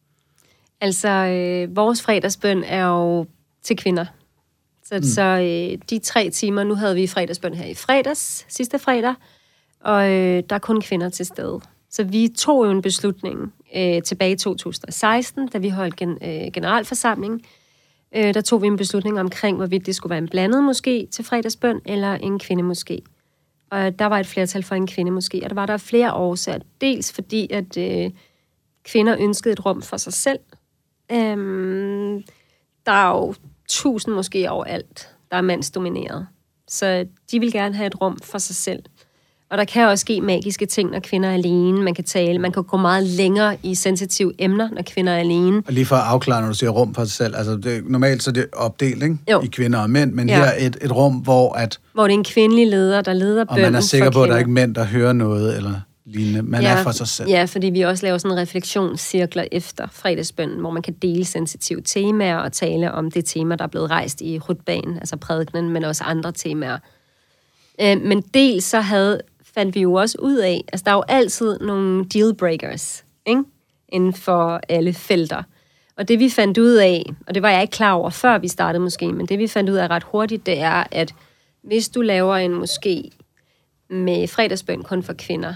Altså, øh, vores fredagsbøn er jo til kvinder. Så, mm. så øh, de tre timer, nu havde vi fredagsbøn her i fredags, sidste fredag, og øh, der er kun kvinder til stede. Så vi tog jo en beslutning øh, tilbage i to tusind og seksten, da vi holdt gen, øh, generalforsamling. Øh, der tog vi en beslutning omkring, hvorvidt det skulle være en blandet moské til fredagsbøn, eller en kvindemoské. Og der var et flertal for en kvindemoské, og der var der flere årsager. Dels fordi, at øh, kvinder ønskede et rum for sig selv. Øhm, der er jo tusind moskéer overalt, der er mandsdomineret. Så de vil gerne have et rum for sig selv. Og der kan også ske magiske ting, når kvinder er alene. Man kan tale, man kan gå meget længere i sensitive emner, når kvinder er alene. Og lige for at afklare, når du siger rum for sig selv. Altså, det, normalt så er det opdelt, ikke? I kvinder og mænd, men ja. her er et, et rum, hvor at... Hvor det er en kvindelig leder, der leder bønnen. Og man er sikker på, at der er ikke mænd, der hører noget, eller lignende. Man ja, er for sig selv. Ja, fordi vi også laver sådan refleksionscirkler efter fredagsbønnen, hvor man kan dele sensitive temaer og tale om det tema, der er blevet rejst i hutbanen, altså prædikenen, men også andre temaer. Øh, men dels så havde... fandt vi jo også ud af, altså der er jo altid nogle dealbreakers, ikke? Inden for alle felter. Og det vi fandt ud af, og det var jeg ikke klar over, før vi startede måske, men det vi fandt ud af ret hurtigt, det er, at hvis du laver en moské med fredagsbøn kun for kvinder,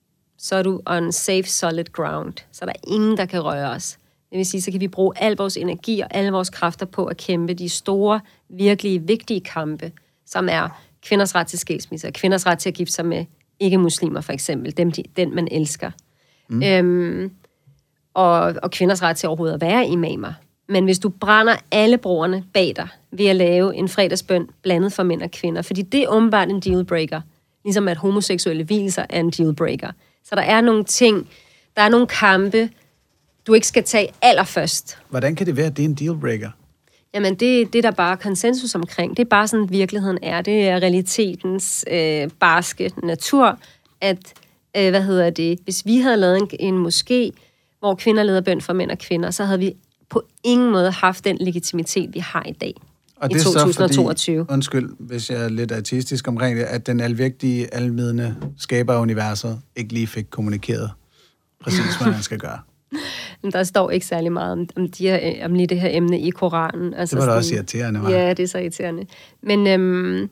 så er du on safe, solid ground. Så er der ingen, der kan røre os. Det vil sige, så kan vi bruge al vores energi og alle vores kræfter på at kæmpe de store, virkelig vigtige kampe, som er kvinders ret til skilsmisse, og kvinders ret til at gifte sig med ikke-muslimer, for eksempel. Dem, de, den, man elsker. Mm. Øhm, og, og kvinders ret til overhovedet at være imamer. Men hvis du brænder alle broerne bag dig ved at lave en fredagsbøn blandet for mænd og kvinder, fordi det er åbenbart en dealbreaker, ligesom at homoseksuelle vielser er en dealbreaker. Så der er nogle ting, der er nogle kampe, du ikke skal tage allerførst. Hvordan kan det være, at det er en dealbreaker? Jamen, det, det der bare er konsensus omkring, det er bare sådan, virkeligheden er. Det er realitetens øh, barske natur, at, øh, hvad hedder det, hvis vi havde lavet en, en moské, hvor kvinder leder bøn for mænd og kvinder, så havde vi på ingen måde haft den legitimitet, vi har i dag. Og det i to tusind og toogtyve. Så fordi, undskyld, hvis jeg er lidt artistisk omkring det, at den alvægtige, alvidende skaber af universet ikke lige fik kommunikeret præcis, hvad man skal gøre. Der står ikke særlig meget om, om, de her, om lige det her emne i Koranen. Altså det var da sådan, også irriterende, var? Ja, det er så irriterende. Men, øhm,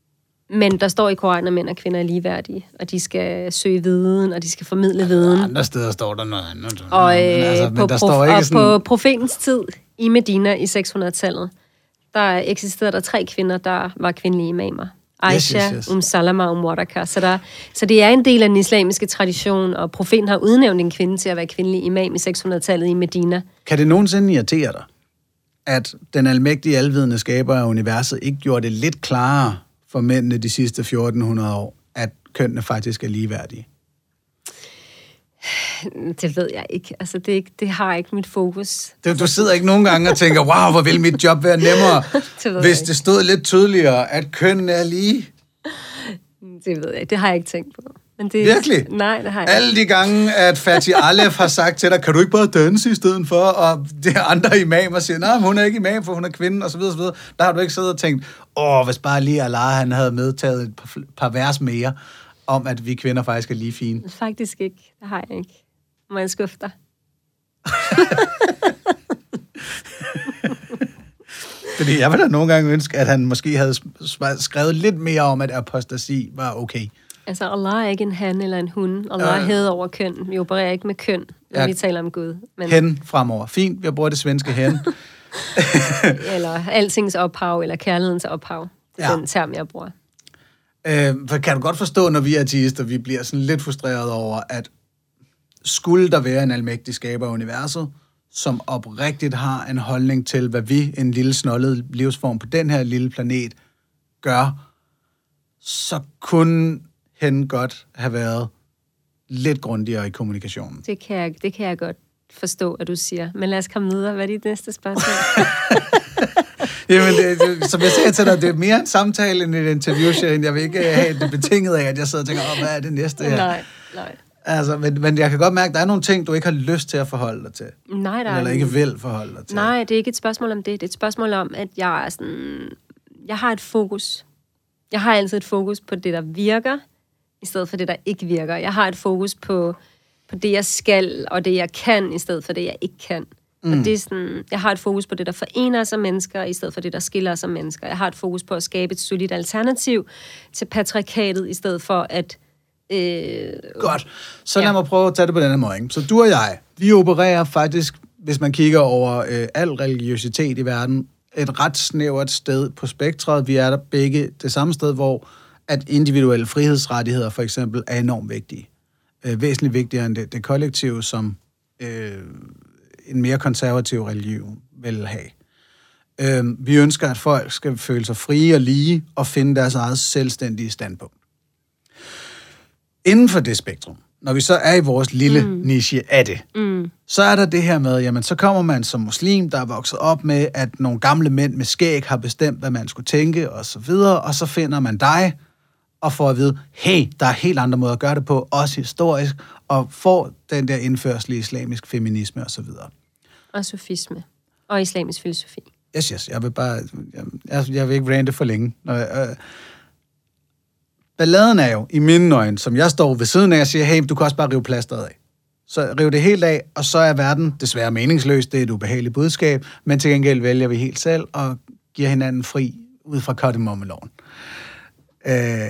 men der står i Koranen, at mænd og kvinder er ligeværdige, og de skal søge viden, og de skal formidle viden. Andre steder står der noget andet. Og, øh, altså, men på, der står ikke og sådan... på profetens tid i Medina i seks hundrede-tallet, der eksisterede der tre kvinder, der var kvindelige imamer. Aisha, yes, yes, yes. Um Salama og Um Waraka. Så, der, så det er en del af den islamiske tradition, og profeten har udnævnt en kvinde til at være kvindelig imam i seks hundrede-tallet i Medina. Kan det nogensinde irritere dig, at den almægtige, alvidende skaber af universet ikke gjorde det lidt klarere for mændene de sidste fjorten hundrede år, at kønnene faktisk er ligeværdige? Det ved jeg ikke. Altså, det, er ikke, det har ikke mit fokus. Det, du sidder ikke nogen gange og tænker, wow, hvor vil mit job være nemmere, det hvis det stod lidt tydeligere, at kønnen er lige. Det ved jeg. Det har jeg ikke tænkt på. Men det, virkelig? Nej, det har jeg ikke. Alle de gange, at Fatih Alef har sagt til dig, kan du ikke bare danse i stedet for? Og de andre imamer siger, nej, hun er ikke imam, for hun er kvinde, og så videre, så videre. Der har du ikke siddet og tænkt, åh, hvis bare lige Allah, han havde medtaget et par, par vers mere, om at vi kvinder faktisk er lige fine. Faktisk ikke. Det har jeg ikke. Må jeg skuffe dig? Fordi jeg vil da nogle gange ønske, at han måske havde skrevet lidt mere om, at apostasi var okay. Altså, Allah er ikke en han eller en hun. Allah er hævet over køn. Vi opererer ikke med køn, når ja. vi taler om Gud. Men... Hen fremover. Fint, vi bruger det svenske hen. Eller altings ophav, eller kærlighedens ophav. Det er ja. den term, jeg bruger. Øh, kan du godt forstå, når vi er ateister, vi bliver sådan lidt frustreret over, at skulle der være en almægtig skaber af universet, som oprigtigt har en holdning til, hvad vi, en lille snollet livsform på den her lille planet, gør, så kunne hen godt have været lidt grundigere i kommunikationen. Det kan jeg, det kan jeg godt forstå, at du siger. Men lad os komme videre. Hvad er dit næste spørgsmål? Jamen, det, det, som jeg sagde til dig, det er mere en samtale end et interview, Sherin. Jeg vil ikke have det betinget af, at jeg sidder og tænker, hvad er det næste her? Nej, nej. Altså, men, men jeg kan godt mærke, at der er nogle ting, du ikke har lyst til at forholde dig til. Nej, der er... Eller ikke vil forholde dig til. Nej, det er ikke et spørgsmål om det. Det er et spørgsmål om, at jeg er sådan... Jeg har et fokus. Jeg har altid et fokus på det, der virker, i stedet for det, der ikke virker. Jeg har et fokus på, på det, jeg skal, og det, jeg kan, i stedet for det, jeg ikke kan. Mm. Og det er sådan, jeg har et fokus på det, der forener os som mennesker, i stedet for det, der skiller os som mennesker. Jeg har et fokus på at skabe et solidt alternativ til patriarkatet, i stedet for at... Øh, Godt. Så lad ja. mig prøve at tage det på denne måde. Ikke? Så du og jeg, vi opererer faktisk, hvis man kigger over øh, al religiøsitet i verden, et ret snævert sted på spektret. Vi er der begge det samme sted, hvor at individuelle frihedsrettigheder for eksempel er enormt vigtige. Øh, væsentligt vigtigere end det, det kollektive, som øh, en mere konservativ religion vil have. Øh, vi ønsker, at folk skal føle sig frie og lige og finde deres eget selvstændige standpunkt. Inden for det spektrum, når vi så er i vores lille mm. niche af det, mm. så er der det her med, jamen så kommer man som muslim, der er vokset op med, at nogle gamle mænd med skæg har bestemt, hvad man skulle tænke, og så videre, og så finder man dig, og får at vide, hey, der er helt andre måder at gøre det på, også historisk, og får den der indførsel i islamisk feminisme, og så videre. Og sofisme. Og islamisk filosofi. Yes, yes, jeg vil bare, jeg, jeg vil ikke rante for længe. Når jeg, øh, Balladen er jo, i mine øjne, som jeg står ved siden af og siger, hey, du kan også bare rive plasteret af. Så riv det helt af, og så er verden desværre meningsløs. Det er et ubehageligt budskab, men til gengæld vælger vi helt selv og giver hinanden fri ud fra kardemommeloven. Øh,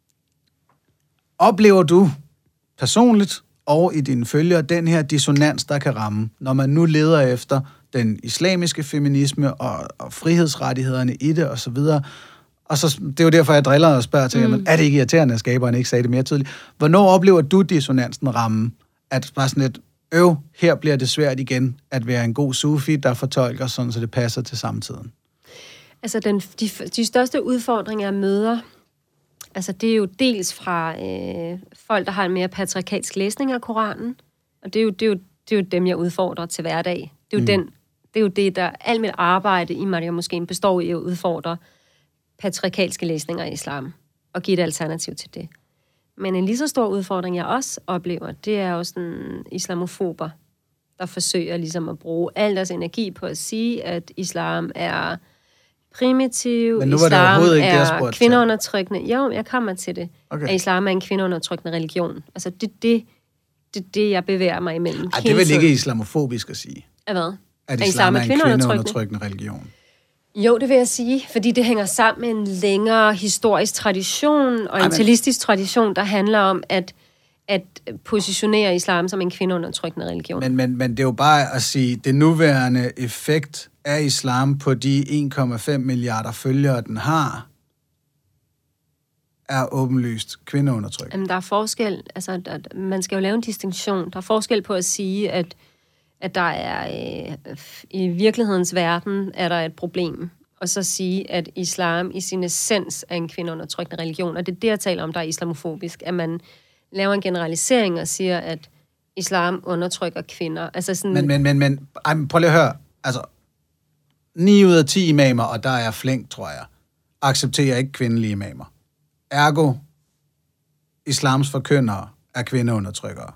oplever du personligt og i dine følgere den her dissonans, der kan ramme, når man nu leder efter den islamiske feminisme og, og frihedsrettighederne i det og så videre? Og så, det er jo derfor, jeg driller og spørger til, mm. jamen, er det ikke irriterende, at skaberen ikke sagde det mere tydeligt? Hvornår oplever du dissonansen ramme, at bare sådan et, øv, her bliver det svært igen, at være en god sufi, der fortolker sådan, så det passer til samtiden? Altså, den, de, de største udfordringer, jeg møder, altså, det er jo dels fra øh, folk, der har en mere patriarkalsk læsning af Koranen, og det er jo, det er jo, det er jo dem, jeg udfordrer til hverdag. Det er jo, mm. den, det, er jo det, der alt mit arbejde i Maria-moskeen består i at udfordre patriarkalske læsninger af islam, og give et alternativ til det. Men en lige så stor udfordring, jeg også oplever, det er jo sådan islamofober, der forsøger ligesom at bruge al deres energi på at sige, at islam er primitiv, men nu islam var det ikke er det, kvindeundertrykkende. Jo, jeg kommer til det. Okay. At islam er en kvindeundertrykkende religion. Altså, det er det, det, det, jeg bevæger mig imellem. Ej, det er vel ikke islamofobisk at sige? At hvad? At islam, islam er en kvindeundertrykkende religion. Jo, det vil jeg sige, fordi det hænger sammen med en længere historisk tradition og en talistisk tradition, der handler om at, at positionere islam som en kvindeundertrykkende religion. Men, men, men det er jo bare at sige, det nuværende effekt af islam på de en komma fem milliarder følgere, den har, er åbenlyst kvindeundertrykkende. Jamen, der er forskel. Altså, der, man skal jo lave en distinktion. Der er forskel på at sige, at at der er øh, i virkelighedens verden er der et problem, og så sige, at islam i sin essens er en kvindeundertrykkende religion, og det er det, jeg taler om, der er islamofobisk, at man laver en generalisering og siger, at islam undertrykker kvinder. Altså sådan... Men, men, men, men ej, prøv lige at høre. Altså, ni ud af ti imamer, og der er flink, tror jeg, accepterer ikke kvindelige imamer. Ergo, islams forkyndere er kvindeundertrykkere.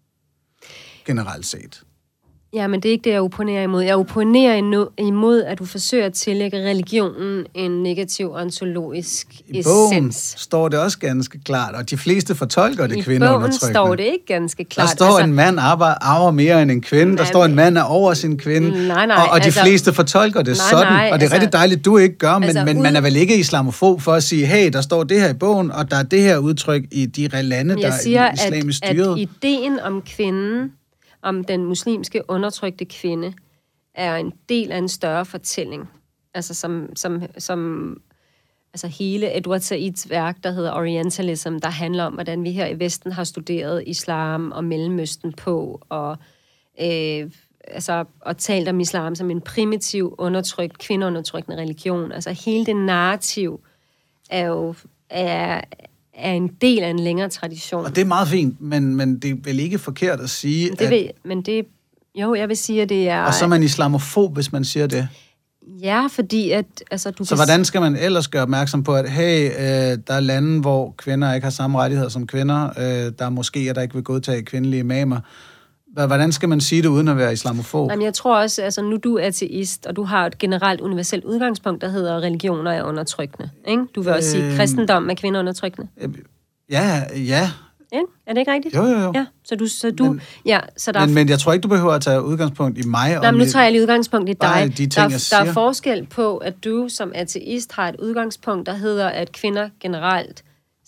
Generelt set. Ja, men det er ikke det, jeg opponerer imod. Jeg opponerer imod, at du forsøger at tillægge religionen en negativ ontologisk I essens. bogen står det også ganske klart, og de fleste fortolker det I kvindeundertrykkende. I bogen står det ikke ganske klart. Der står, altså, en mand arver mere end en kvinde. Der nej, står, en mand er over sin kvinde. Nej, nej, og, og de altså, fleste fortolker det nej, sådan. Nej, og det er altså, rigtig dejligt, du ikke gør, men, altså, men man er vel ikke islamofob for at sige, hey, der står det her i bogen, og der er det her udtryk i de lande, der siger, er islamisk styret. Jeg siger, at ideen om kvinden, om den muslimske undertrykte kvinde, er en del af en større fortælling. Altså som, som, som altså hele Edward Saids værk, der hedder Orientalism, der handler om, hvordan vi her i Vesten har studeret islam og Mellemøsten på, og, øh, altså, og talt om islam som en primitiv, undertrykt, kvindeundertrykkende religion. Altså hele det narrativ er jo... Er, er en del af en længere tradition. Og det er meget fint, men, men det er vel ikke forkert at sige, det at... Vil, men det... Jo, jeg vil sige, at det er... Og så er man islamofob, hvis man siger det. Ja, fordi at... Altså, du så kan... hvordan skal man ellers gøre opmærksom på, at hey, øh, der er lande, hvor kvinder ikke har samme rettigheder som kvinder, øh, der er måske, der ikke vil godtage kvindelige imamer. Hvordan skal man sige det, uden at være islamofob? Jamen, jeg tror også, altså nu du er ateist, og du har et generelt universelt udgangspunkt, der hedder, religioner er undertrykkende. Ikke? Du vil også øh... sige, kristendom er kvindeundertrykkende. Ja, ja. Ikke? Er det ikke rigtigt? Jo, jo, jo. Ja, så du... Så du men, ja, så der men, men jeg tror ikke, du behøver at tage udgangspunkt i mig. Nej, men nu tager jeg lige udgangspunkt i dig. De ting, der, der er forskel på, at du som ateist har et udgangspunkt, der hedder, at kvinder generelt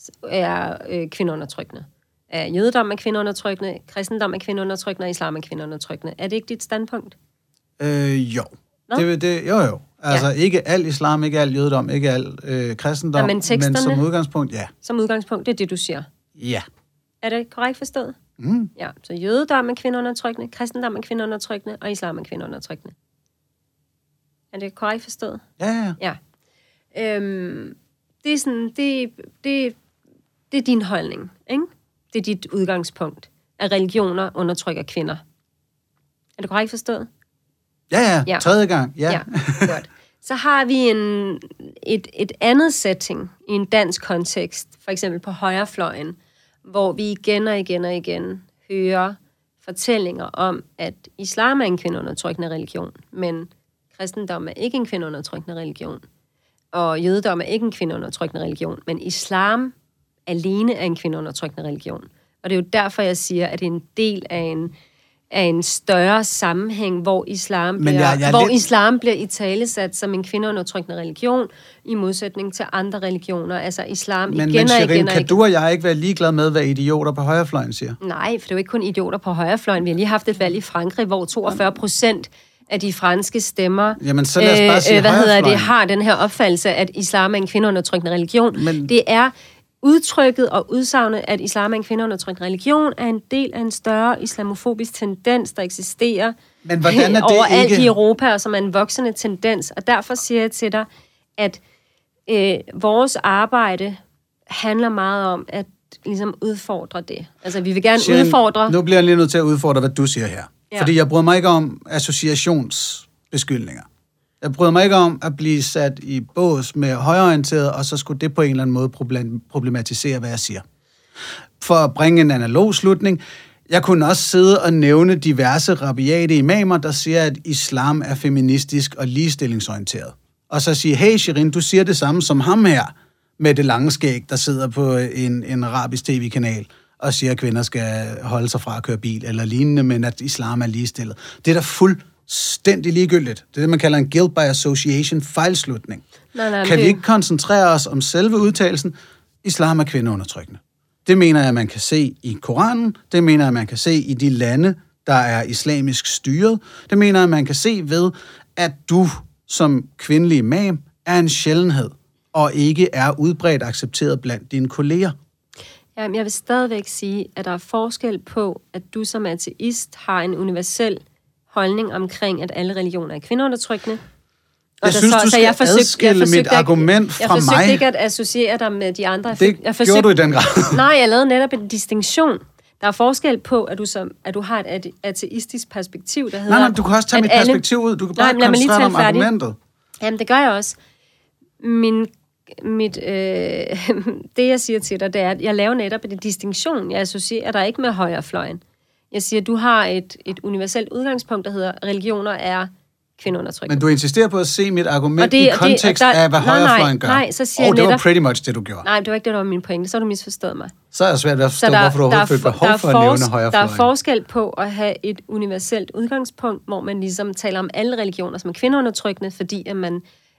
er øh, kvindeundertrykkende. Jødedom er kvindeundertrykkende, kristendom er kvindeundertrykkende, og islam er kvindeundertrykkende. Er det ikke dit standpunkt? Øh, jo. Det, det, jo, jo. Altså, ja. Ikke al islam, ikke al jødedom, ikke al øh, kristendom, ja, men, men som udgangspunkt, ja. Som udgangspunkt, det er det, du siger? Ja. Er det korrekt forstået? Mm. Ja, så jødedom er kvindeundertrykkende, kristendom er kvindeundertrykkende, og islam er kvindeundertrykkende. Er det korrekt forstået? Ja, ja. Ja. Øhm, det er sådan, det, det, det er din holdning, ikke? Det er dit udgangspunkt, at religioner undertrykker kvinder. Er det korrekt forstået? Ja, ja. ja. Tredje gang. Ja. ja, godt. Så har vi en, et, et andet setting i en dansk kontekst, for eksempel på højrefløjen, hvor vi igen og igen og igen hører fortællinger om, at islam er en kvindeundertrykkende religion, men kristendom er ikke en kvindeundertrykkende religion, og jødedom er ikke en kvindeundertrykkende religion, men islam alene er en kvindeundertrykkende religion. Og det er jo derfor, jeg siger, at det er en del af en, af en større sammenhæng, hvor islam bliver, jeg, jeg hvor lidt... islam bliver italesat som en kvindeundertrykkende religion, i modsætning til andre religioner. Altså islam men, igen men, og Shirin, igen og kan igen. du og jeg ikke være ligeglade med, hvad idioter på højrefløjen siger? Nej, for det er jo ikke kun idioter på højrefløjen. Vi har lige haft et valg i Frankrig, hvor toogfyrre procent af de franske stemmer, Jamen, så lad os bare sige øh, hvad hedder det, har den her opfattelse, at islam er en kvindeundertrykkende religion. Men... Det er udtrykket og udsagnet, at islam er en kvindeundertrykkende religion, er en del af en større islamofobisk tendens, der eksisterer Men hvordan er det overalt ikke... i Europa, og som er en voksende tendens. Og derfor siger jeg til dig, at øh, vores arbejde handler meget om at ligesom udfordre det. Altså, vi vil gerne Shirin, udfordre... Nu bliver jeg lige nødt til at udfordre, hvad du siger her. Ja. Fordi jeg bryder mig ikke om associationsbeskyldninger. Jeg bryder mig ikke om at blive sat i bås med højreorienteret, og så skulle det på en eller anden måde problematisere, hvad jeg siger. For at bringe en analog slutning, jeg kunne også sidde og nævne diverse rabiate imamer, der siger, at islam er feministisk og ligestillingsorienteret. Og så sige, hey Shirin, du siger det samme som ham her, med det lange skæg, der sidder på en, en arabisk tv-kanal, og siger, at kvinder skal holde sig fra at køre bil, eller lignende, men at islam er ligestillet. Det er da fuldstændig ligegyldigt. Det er det, man kalder en guilt by association fejlslutning. Nej, nej, kan det... vi ikke koncentrere os om selve udtalelsen? Islam er kvindeundertrykkende. Det mener jeg, man kan se i Koranen. Det mener jeg, man kan se i de lande, der er islamisk styret. Det mener jeg, man kan se ved, at du som kvindelig imam er en sjældenhed, og ikke er udbredt accepteret blandt dine kolleger. Jamen, jeg vil stadigvæk sige, at der er forskel på, at du som ateist har en universel holdning omkring, at alle religioner er kvindeundertrykkende. Jeg synes, så, du skal jeg forsøgte, adskille jeg mit argument fra mig. Jeg forsøgte ikke at associere dig med de andre. Det jeg forsøgte, gjorde du i den grad. Nej, jeg lavede netop en distinktion. Der er forskel på, at du, som, at du har et ateistisk perspektiv, der hedder... Nej, nej, du kan også tage mit alle... perspektiv ud. Du kan bare nej, koncentrere dig om færdig. argumentet. Jamen, det gør jeg også. Min, mit, øh, det, jeg siger til dig, det er, at jeg laver netop en distinktion. Jeg associerer dig ikke med højrefløjen. Jeg siger, at du har et, et universelt udgangspunkt, der hedder, religioner er kvindeundertrykkende. Men du insisterer på at se mit argument det, i kontekst det, der, af, hvad nej, højrefløjen gør. Nej, så siger oh, jeg netop... det var pretty much det, du gjorde. Nej, det var ikke det, der var min pointe. Så har du misforstået mig. Så er det svært at forstå, der, hvorfor du overhovedet følte behov for at nævne højrefløjen. Der er forskel på at have et universelt udgangspunkt, hvor man ligesom taler om alle religioner som er kvindeundertrykkende, fordi at, man,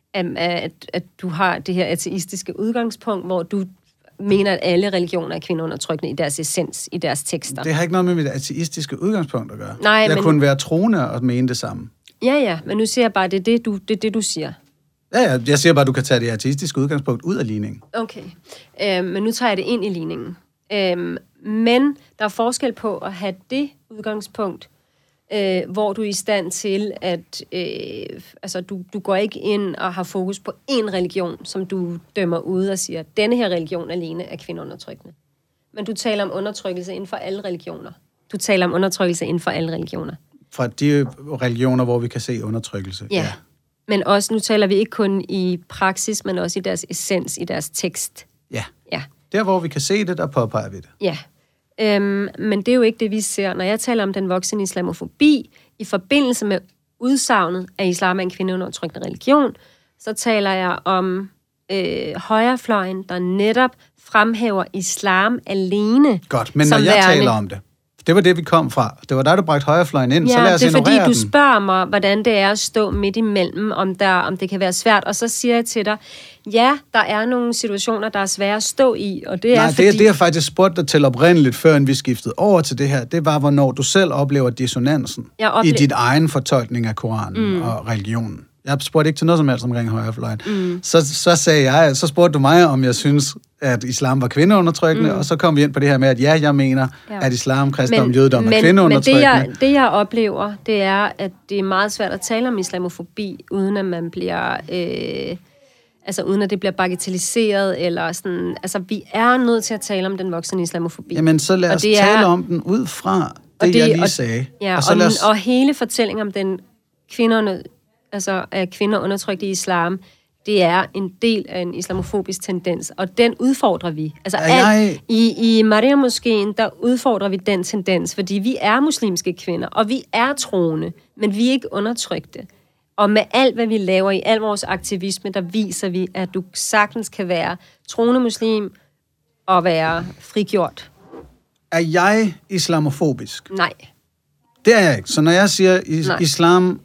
at, at du har det her ateistiske udgangspunkt, hvor du mener, at alle religioner er kvindeundertrykkende i deres essens, i deres tekster. Det har ikke noget med mit ateistiske udgangspunkt at gøre. Nej, jeg men... kunne være troende og mene det samme. Ja, ja, men nu siger jeg bare, det er det, du, det, er det, du siger. Ja, ja, jeg siger bare, at du kan tage det ateistiske udgangspunkt ud af ligningen. Okay, øhm, men nu tager jeg det ind i ligningen. Øhm, men der er forskel på at have det udgangspunkt, øh, hvor du er i stand til, at øh, altså, du, du går ikke ind og har fokus på én religion, som du dømmer ud og siger, at denne her religion alene er kvindeundertrykkende. Men du taler om undertrykkelse inden for alle religioner. Du taler om undertrykkelse inden for alle religioner. Fra de religioner, hvor vi kan se undertrykkelse. Ja. ja. Men også, nu taler vi ikke kun i praksis, men også i deres essens, i deres tekst. Ja. Ja. Der, hvor vi kan se det, der påpeger vi det. Ja. Øhm, men det er jo ikke det, vi ser. Når jeg taler om den voksende islamofobi, i forbindelse med udsagnet af islam er en kvindeundertrykkende religion, så taler jeg om øh, højrefløjen, der netop fremhæver islam alene. Godt, men når jeg værende... taler om det, det var det, vi kom fra. Det var der, du bragte højrefløjen ind, ja, så lad os ignorere den. det er fordi, du spørger mig, hvordan det er at stå midt imellem, om, der, om det kan være svært. Og så siger jeg til dig, ja, der er nogle situationer, der er svære at stå i, og det Nej, er fordi... det, det jeg faktisk spurgte dig til oprindeligt, før vi skiftede over til det her, det var, hvornår du selv oplever dissonansen ople... i dit egen fortolkning af Koranen mm. og religionen. Jeg spurgte ikke til noget som helst omkring højrefløjen. Mm. Så, så sagde jeg, så spurgte du mig, om jeg synes, at islam var kvindeundertrykkende, mm. og så kom vi ind på det her med, at ja, jeg mener, ja. at islam, kristendom, jødedom er kvindeundertrykkende. Men det jeg, det, jeg oplever, det er, at det er meget svært at tale om islamofobi, uden at man bliver... Øh, altså uden at det bliver bagatelliseret, eller sådan... Altså, vi er nødt til at tale om den voksende islamofobi. Jamen, så lad os tale er, om den ud fra det, det jeg lige og, sagde. Ja, og, så og, os... og hele fortællingen om den kvinderne... altså at kvinder undertrykt i islam, det er en del af en islamofobisk tendens, og den udfordrer vi. Altså jeg... alt, i, i Maria-moskeen, der udfordrer vi den tendens, fordi vi er muslimske kvinder, og vi er troende, men vi er ikke undertrykte. Og med alt, hvad vi laver i al vores aktivisme, der viser vi, at du sagtens kan være troende muslim og være frigjort. Er jeg islamofobisk? Nej. Det er jeg ikke. Så når jeg siger, is- islam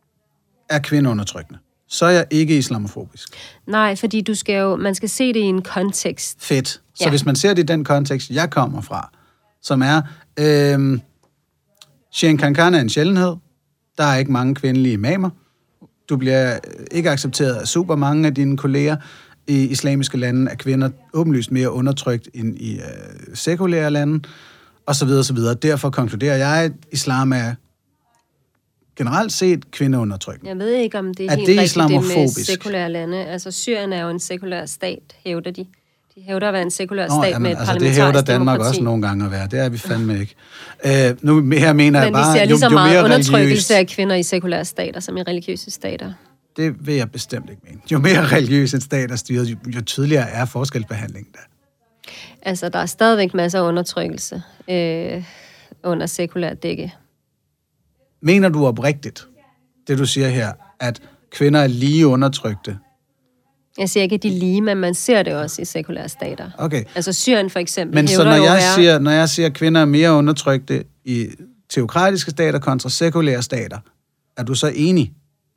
er kvindeundertrykkende, så er jeg ikke islamofobisk. Nej, fordi du skal jo, man skal se det i en kontekst. Fedt. Så ja. hvis man ser det i den kontekst, jeg kommer fra, som er, øh, Shirin Khan er en sjældenhed. Der er ikke mange kvindelige imamer. Du bliver ikke accepteret af super mange af dine kolleger. I islamiske lande er kvinder åbenlyst mere undertrykt end i øh, sekulære lande, og så videre, så videre. Derfor konkluderer jeg, at islam er generelt set kvindeundertrykkende. Jeg ved ikke, om det er, er helt det rigtigt det med sekulære lande. Altså, Syrien er jo en sekulær stat, hævder de. De hævder at være en sekulær Nå, stat jamen, med et altså, parlamentarisk det hævder Danmark demokrati. også nogle gange at være. Det er vi fandme ikke. Øh, nu her mener jeg bare, Men de ser lige så jo, jo meget mere undertrykkelse religiøst, af kvinder i sekulære stater, som i religiøse stater. Det vil jeg bestemt ikke mene. Jo mere religiøs en stat er styret, jo, jo tydeligere er forskelsbehandlingen der. Altså, der er stadigvæk masser af undertrykkelse øh, under sekulær dække. Mener du oprigtigt, det du siger her, at kvinder er lige undertrykte? Jeg siger ikke, at de er lige, men man ser det også i sekulære stater. Okay. Altså Syrien for eksempel. Men så når jeg, være... siger, når jeg siger, at kvinder er mere undertrykte i teokratiske stater kontra sekulære stater, er du så enig?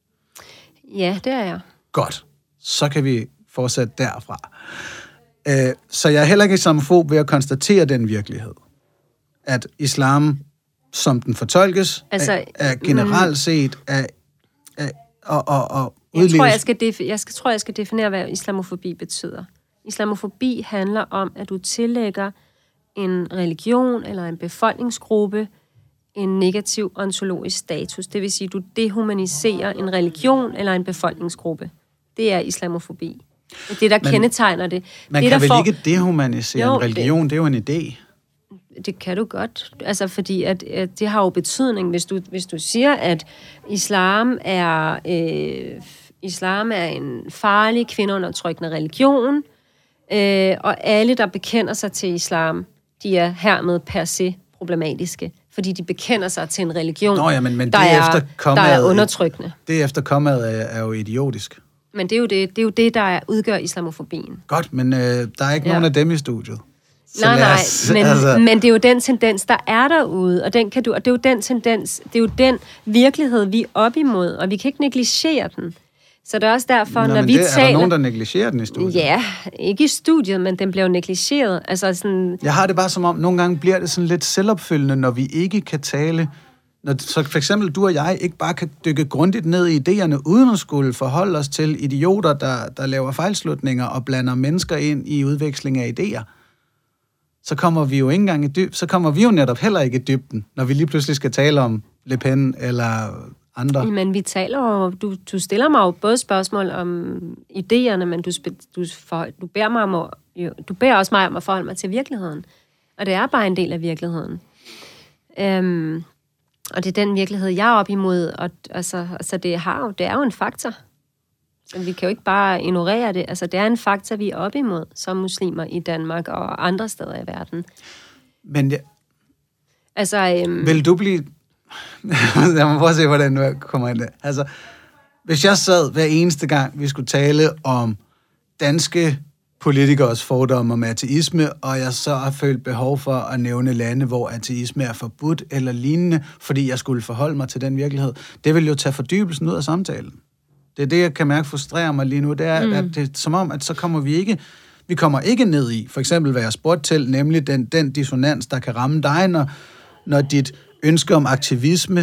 Ja, det er jeg. Godt. Så kan vi fortsætte derfra. Øh, så jeg er heller ikke islamofob ved at konstatere den virkelighed. At islam, som den fortolkes, altså, er, er generelt set er, er, og, og, og jeg tror, jeg skal, defi- jeg skal, tror, jeg skal definere, hvad islamofobi betyder. Islamofobi handler om, at du tillægger en religion eller en befolkningsgruppe en negativ ontologisk status. Det vil sige, at du dehumaniserer en religion eller en befolkningsgruppe. Det er islamofobi. Det er det, der men, kendetegner det. Man det, kan der vel får... ikke dehumanisere jo, en religion? Det, det er jo en idé. Det det kan du godt. Altså, fordi at, at det har jo betydning, hvis du, hvis du siger, at islam er, øh, islam er en farlig, kvindeundertrykkende religion, øh, og alle, der bekender sig til islam, de er hermed per se problematiske, fordi de bekender sig til en religion, Nå, ja, men, men der, det er, der er undertrykkende. Det efter kommet er, er jo idiotisk. Men det er jo det, det, er jo det der udgør islamofobien. Godt, men øh, der er ikke ja. nogen af dem i studiet. Så nej, nej, os, men, altså... men det er jo den tendens, der er derude, og, den kan du, og det er jo den tendens, det er jo den virkelighed, vi er op imod, og vi kan ikke negligere den. Så det er også derfor, Nå, når vi det, taler... Er der nogen, der negligerer den i studiet? Ja, ikke i studiet, men den bliver jo negligeret. Altså sådan... Jeg har det bare som om, nogle gange bliver det sådan lidt selvopfyldende, når vi ikke kan tale... Når, så for eksempel du og jeg ikke bare kan dykke grundigt ned i idéerne, uden at skulle forholde os til idioter, der, der laver fejlslutninger og blander mennesker ind i udveksling af idéer. Så kommer vi jo ikke engang i dyb, så kommer vi jo netop heller ikke i dybden, når vi lige pludselig skal tale om Le Pen eller andre. Men vi taler jo, du, du stiller mig jo både spørgsmål om idéerne, men du, du, for, du, beder mig om at, jo, du beder også mig om at forholde mig til virkeligheden. Og det er bare en del af virkeligheden. Øhm, og det er den virkelighed, jeg er op imod. Og, altså, altså det, har jo, det er jo en faktor. Så vi kan jo ikke bare ignorere det. Altså, det er en faktor, vi er op imod som muslimer i Danmark og andre steder i verden. Men ja, altså, øhm, vil du blive... Jeg må prøve at se, hvordan du kommer ind der. Altså, hvis jeg sad hver eneste gang, vi skulle tale om danske politikers fordomme om ateisme, og jeg så har følt behov for at nævne lande, hvor ateisme er forbudt eller lignende, fordi jeg skulle forholde mig til den virkelighed, det vil jo tage fordybelsen ud af samtalen. Det er det, jeg kan mærke frustrerer mig lige nu. Det er, mm. at det er som om, at så kommer vi ikke... Vi kommer ikke ned i, for eksempel hvad jeg spurgte til, nemlig den, den dissonans, der kan ramme dig, når, når dit ønske om aktivisme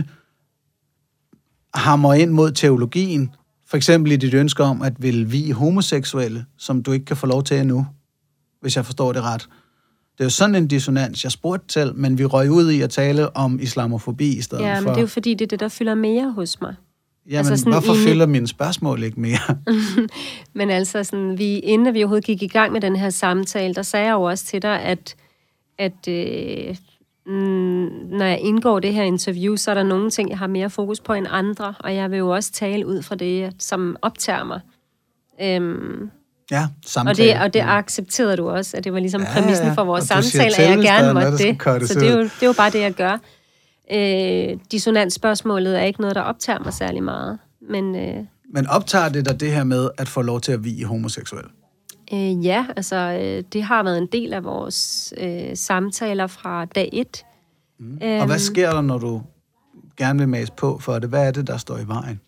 hammer ind mod teologien. For eksempel i dit ønske om at ville vie homoseksuelle, som du ikke kan få lov til endnu, hvis jeg forstår det ret. Det er jo sådan en dissonans, jeg spurgte til, men vi røg ud i at tale om islamofobi i stedet for... Ja, men for... det er jo fordi, det er det, der fylder mere hos mig. Jamen, altså hvorfor i... fylder mine spørgsmål ikke mere? Men altså, sådan, vi, inden vi overhovedet gik i gang med den her samtale, der sagde jeg jo også til dig, at, at øh, mm, når jeg indgår det her interview, så er der nogle ting, jeg har mere fokus på end andre, og jeg vil jo også tale ud fra det, som optager mig. Øhm, ja, samtale. Og det, og det accepterede du også, at det var ligesom ja, præmissen for vores samtale, til, at jeg gerne måtte det. det. Så det er, jo, det er jo bare det, jeg gør. Øh, dissonans-spørgsmålet er ikke noget, der optager mig særlig meget. Men, øh, men optager det dig det her med at få lov til at vie homoseksuelle? Øh, ja, altså øh, det har været en del af vores øh, samtaler fra dag et. Mm. Øhm, og hvad sker der, når du gerne vil mase på for det? Hvad er det, der står i vejen?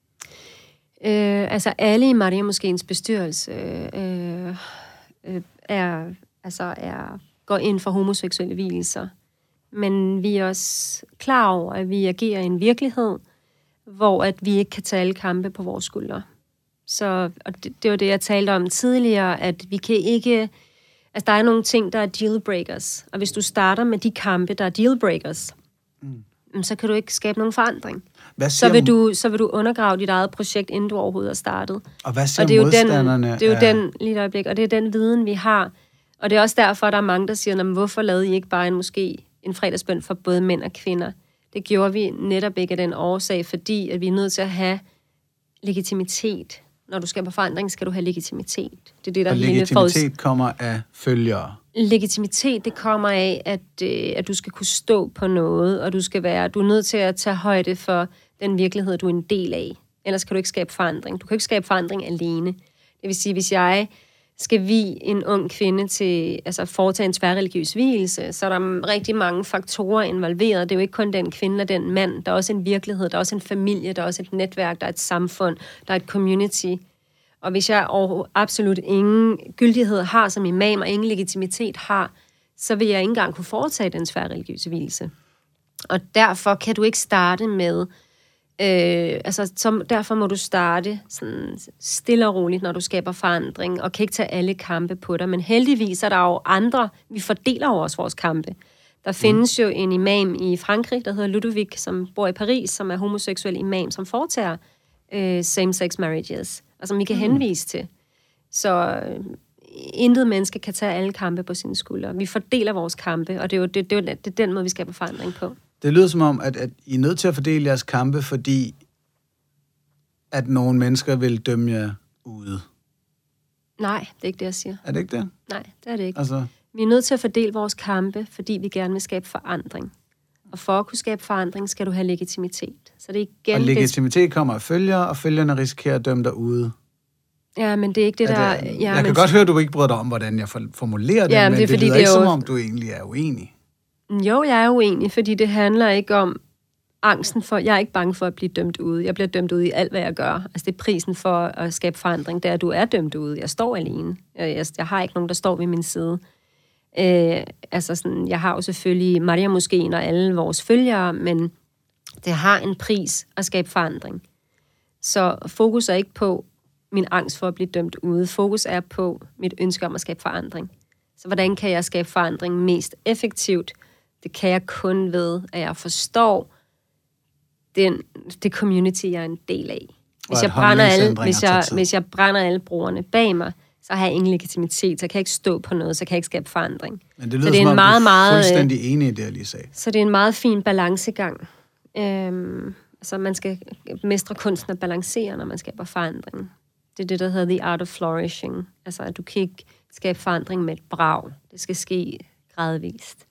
Øh, altså alle i Maria Moskéens bestyrelse øh, øh, er, altså, er, går ind for homoseksuelle vielser. Men vi er også klar over, at vi agerer i en virkelighed, hvor at vi ikke kan tage alle kampe på vores skuldre. Så og det, det var det, jeg talte om tidligere, at vi kan ikke... Altså, der er nogle ting, der er dealbreakers. Og hvis du starter med de kampe, der er dealbreakers, mm. så kan du ikke skabe nogen forandring. Så vil, du, så vil du undergrave dit eget projekt, inden du overhovedet er startet. Og hvad siger og det er modstanderne? Den, det er jo den, lige et øjeblik, og det er den viden, vi har. Og det er også derfor, der er mange, der siger, hvorfor lavede I ikke bare en måske en fredagsbøn for både mænd og kvinder? Det gjorde vi netop ikke af den årsag, fordi at vi er nødt til at have legitimitet. Når du skaber forandring, skal du have legitimitet. Det er det, der og legitimitet forud... kommer af følgere? Legitimitet, det kommer af, at, øh, at du skal kunne stå på noget, og du skal være, du er nødt til at tage højde for den virkelighed, du er en del af. Ellers kan du ikke skabe forandring. Du kan ikke skabe forandring alene. Det vil sige, hvis jeg skal vie en ung kvinde til altså foretage en tværreligiøs vielse, så er der rigtig mange faktorer involveret. Det er jo ikke kun den kvinde og den mand. Der er også en virkelighed, der er også en familie, der er også et netværk, der er et samfund, der er et community. Og hvis jeg absolut ingen gyldighed har som imam, og ingen legitimitet har, så vil jeg ikke engang kunne foretage den tværreligiøse vielse. Og derfor kan du ikke starte med Øh, altså, som, derfor må du starte sådan stille og roligt, når du skaber forandring, og kan ikke tage alle kampe på dig. Men heldigvis er der jo andre, vi fordeler jo også vores kampe. Der findes mm. jo en imam i Frankrig, der hedder Ludovic, som bor i Paris, som er homoseksuel imam, som foretager øh, same-sex marriages, og som vi kan mm. henvise til. Så øh, intet menneske kan tage alle kampe på sine skuldre. Vi fordeler vores kampe, og det er jo, det, det er, jo, det er den måde, vi skaber forandring på. Det lyder som om, at, at I er nødt til at fordele jeres kampe, fordi at nogle mennesker vil dømme jer ude. Nej, det er ikke det, jeg siger. Er det ikke det? Nej, det er det ikke. Altså... Vi er nødt til at fordele vores kampe, fordi vi gerne vil skabe forandring. Og for at kunne skabe forandring, skal du have legitimitet. Så det er igen, og legitimitet kommer af følgere, og følgerne risikerer at dømme dig ude. Ja, men det er ikke det, der... Er det, ja, jeg kan men... godt høre, at du ikke bryder dig om, hvordan jeg formulerer det, ja, men men det, det, det lyder det ikke jo... som om, du egentlig er uenig. Jo, jeg er uenig, fordi det handler ikke om angsten for... Jeg er ikke bange for at blive dømt ude. Jeg bliver dømt ude i alt, hvad jeg gør. Altså, det er prisen for at skabe forandring, det er, at du er dømt ude. Jeg står alene. Jeg, jeg, jeg har ikke nogen, der står ved min side. Øh, altså sådan, jeg har jo selvfølgelig Maria Moskeen og alle vores følgere, men det har en pris at skabe forandring. Så fokus er ikke på min angst for at blive dømt ude. Fokus er på mit ønske om at skabe forandring. Så hvordan kan jeg skabe forandring mest effektivt? Det kan jeg kun ved, at jeg forstår den, det community, jeg er en del af. Hvis jeg, brænder alle, hvis, jeg, hvis jeg brænder alle brugerne bag mig, så har jeg ingen legitimitet, så kan jeg ikke stå på noget, så kan jeg ikke skabe forandring. Men det lyder så det er som en om, meget, du er meget, fuldstændig enig i det, jeg lige sagde. Så det er en meget fin balancegang. Øhm, altså man skal mestre kunsten at balancere, når man skaber forandring. Det er det, der hedder the art of flourishing. Altså at du kan ikke skabe forandring med et brag. Det skal ske gradvist.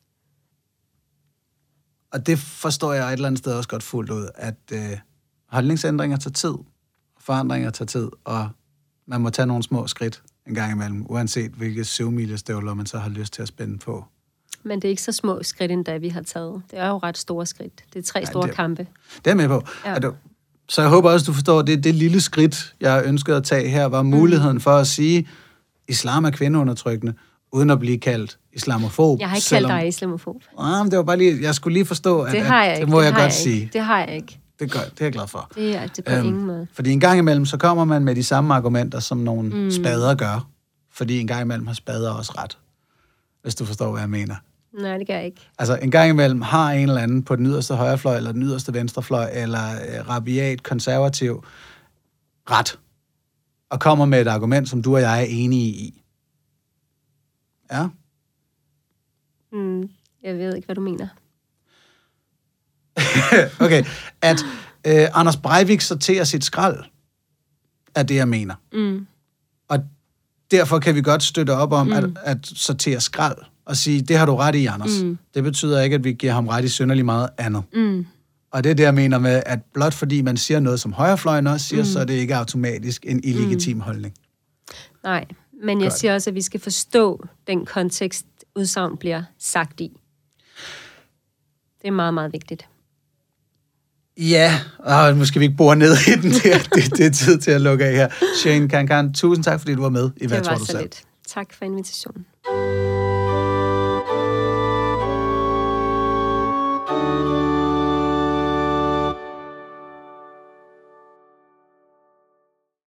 Og det forstår jeg et eller andet sted også godt fuldt ud, at øh, holdningsændringer tager tid, forandringer tager tid, og man må tage nogle små skridt en gang imellem, uanset hvilke syvmilestøvler man så har lyst til at spænde på. Men det er ikke så små skridt endda, vi har taget. Det er jo ret store skridt. Det er tre ja, store det, kampe. Det er med på. Ja. Du, så jeg håber også, du forstår, at det, det lille skridt, jeg ønskede at tage her, var muligheden mm. for at sige, islam er kvindeundertrykkende, uden at blive kaldt islamofob. Jeg har ikke selvom... kaldt dig islamofob. Ah, det var bare lige, jeg skulle lige forstå, at det, har jeg at, ikke. det må det jeg har godt jeg sige. Det har jeg ikke. Det er godt, det er jeg glad for. Det er det på øhm, ingen måde. Fordi en gang imellem, så kommer man med de samme argumenter, som nogle mm. spader gør. Fordi en gang imellem har spader også ret. Hvis du forstår, hvad jeg mener. Nej, det gør jeg ikke. Altså, en gang imellem har en eller anden på den yderste højrefløj, eller den yderste venstrefløj, eller øh, rabiat konservativ ret. Og kommer med et argument, som du og jeg er enige i. Ja? Mm, jeg ved ikke, hvad du mener. Okay, at øh, Anders Breivik sorterer sit skrald, er det, jeg mener. Mm. Og derfor kan vi godt støtte op om mm. at, at sortere skrald, og sige, det har du ret i, Anders. Mm. Det betyder ikke, at vi giver ham ret i synderligt meget andet. Mm. Og det er det, jeg mener med, at blot fordi man siger noget, som højrefløjen også siger, mm. så er det ikke automatisk en illegitim mm. holdning. Nej, men jeg godt. siger også, at vi skal forstå den kontekst, udsagn bliver sagt i. Det er meget, meget vigtigt. Ja, og nu skal vi ikke bore ned i den der. Det, det er tid til at lukke af her. Sherin Khankan, tusind tak, fordi du var med i Hvad tror du selv? Det var så lidt. Tak for invitationen.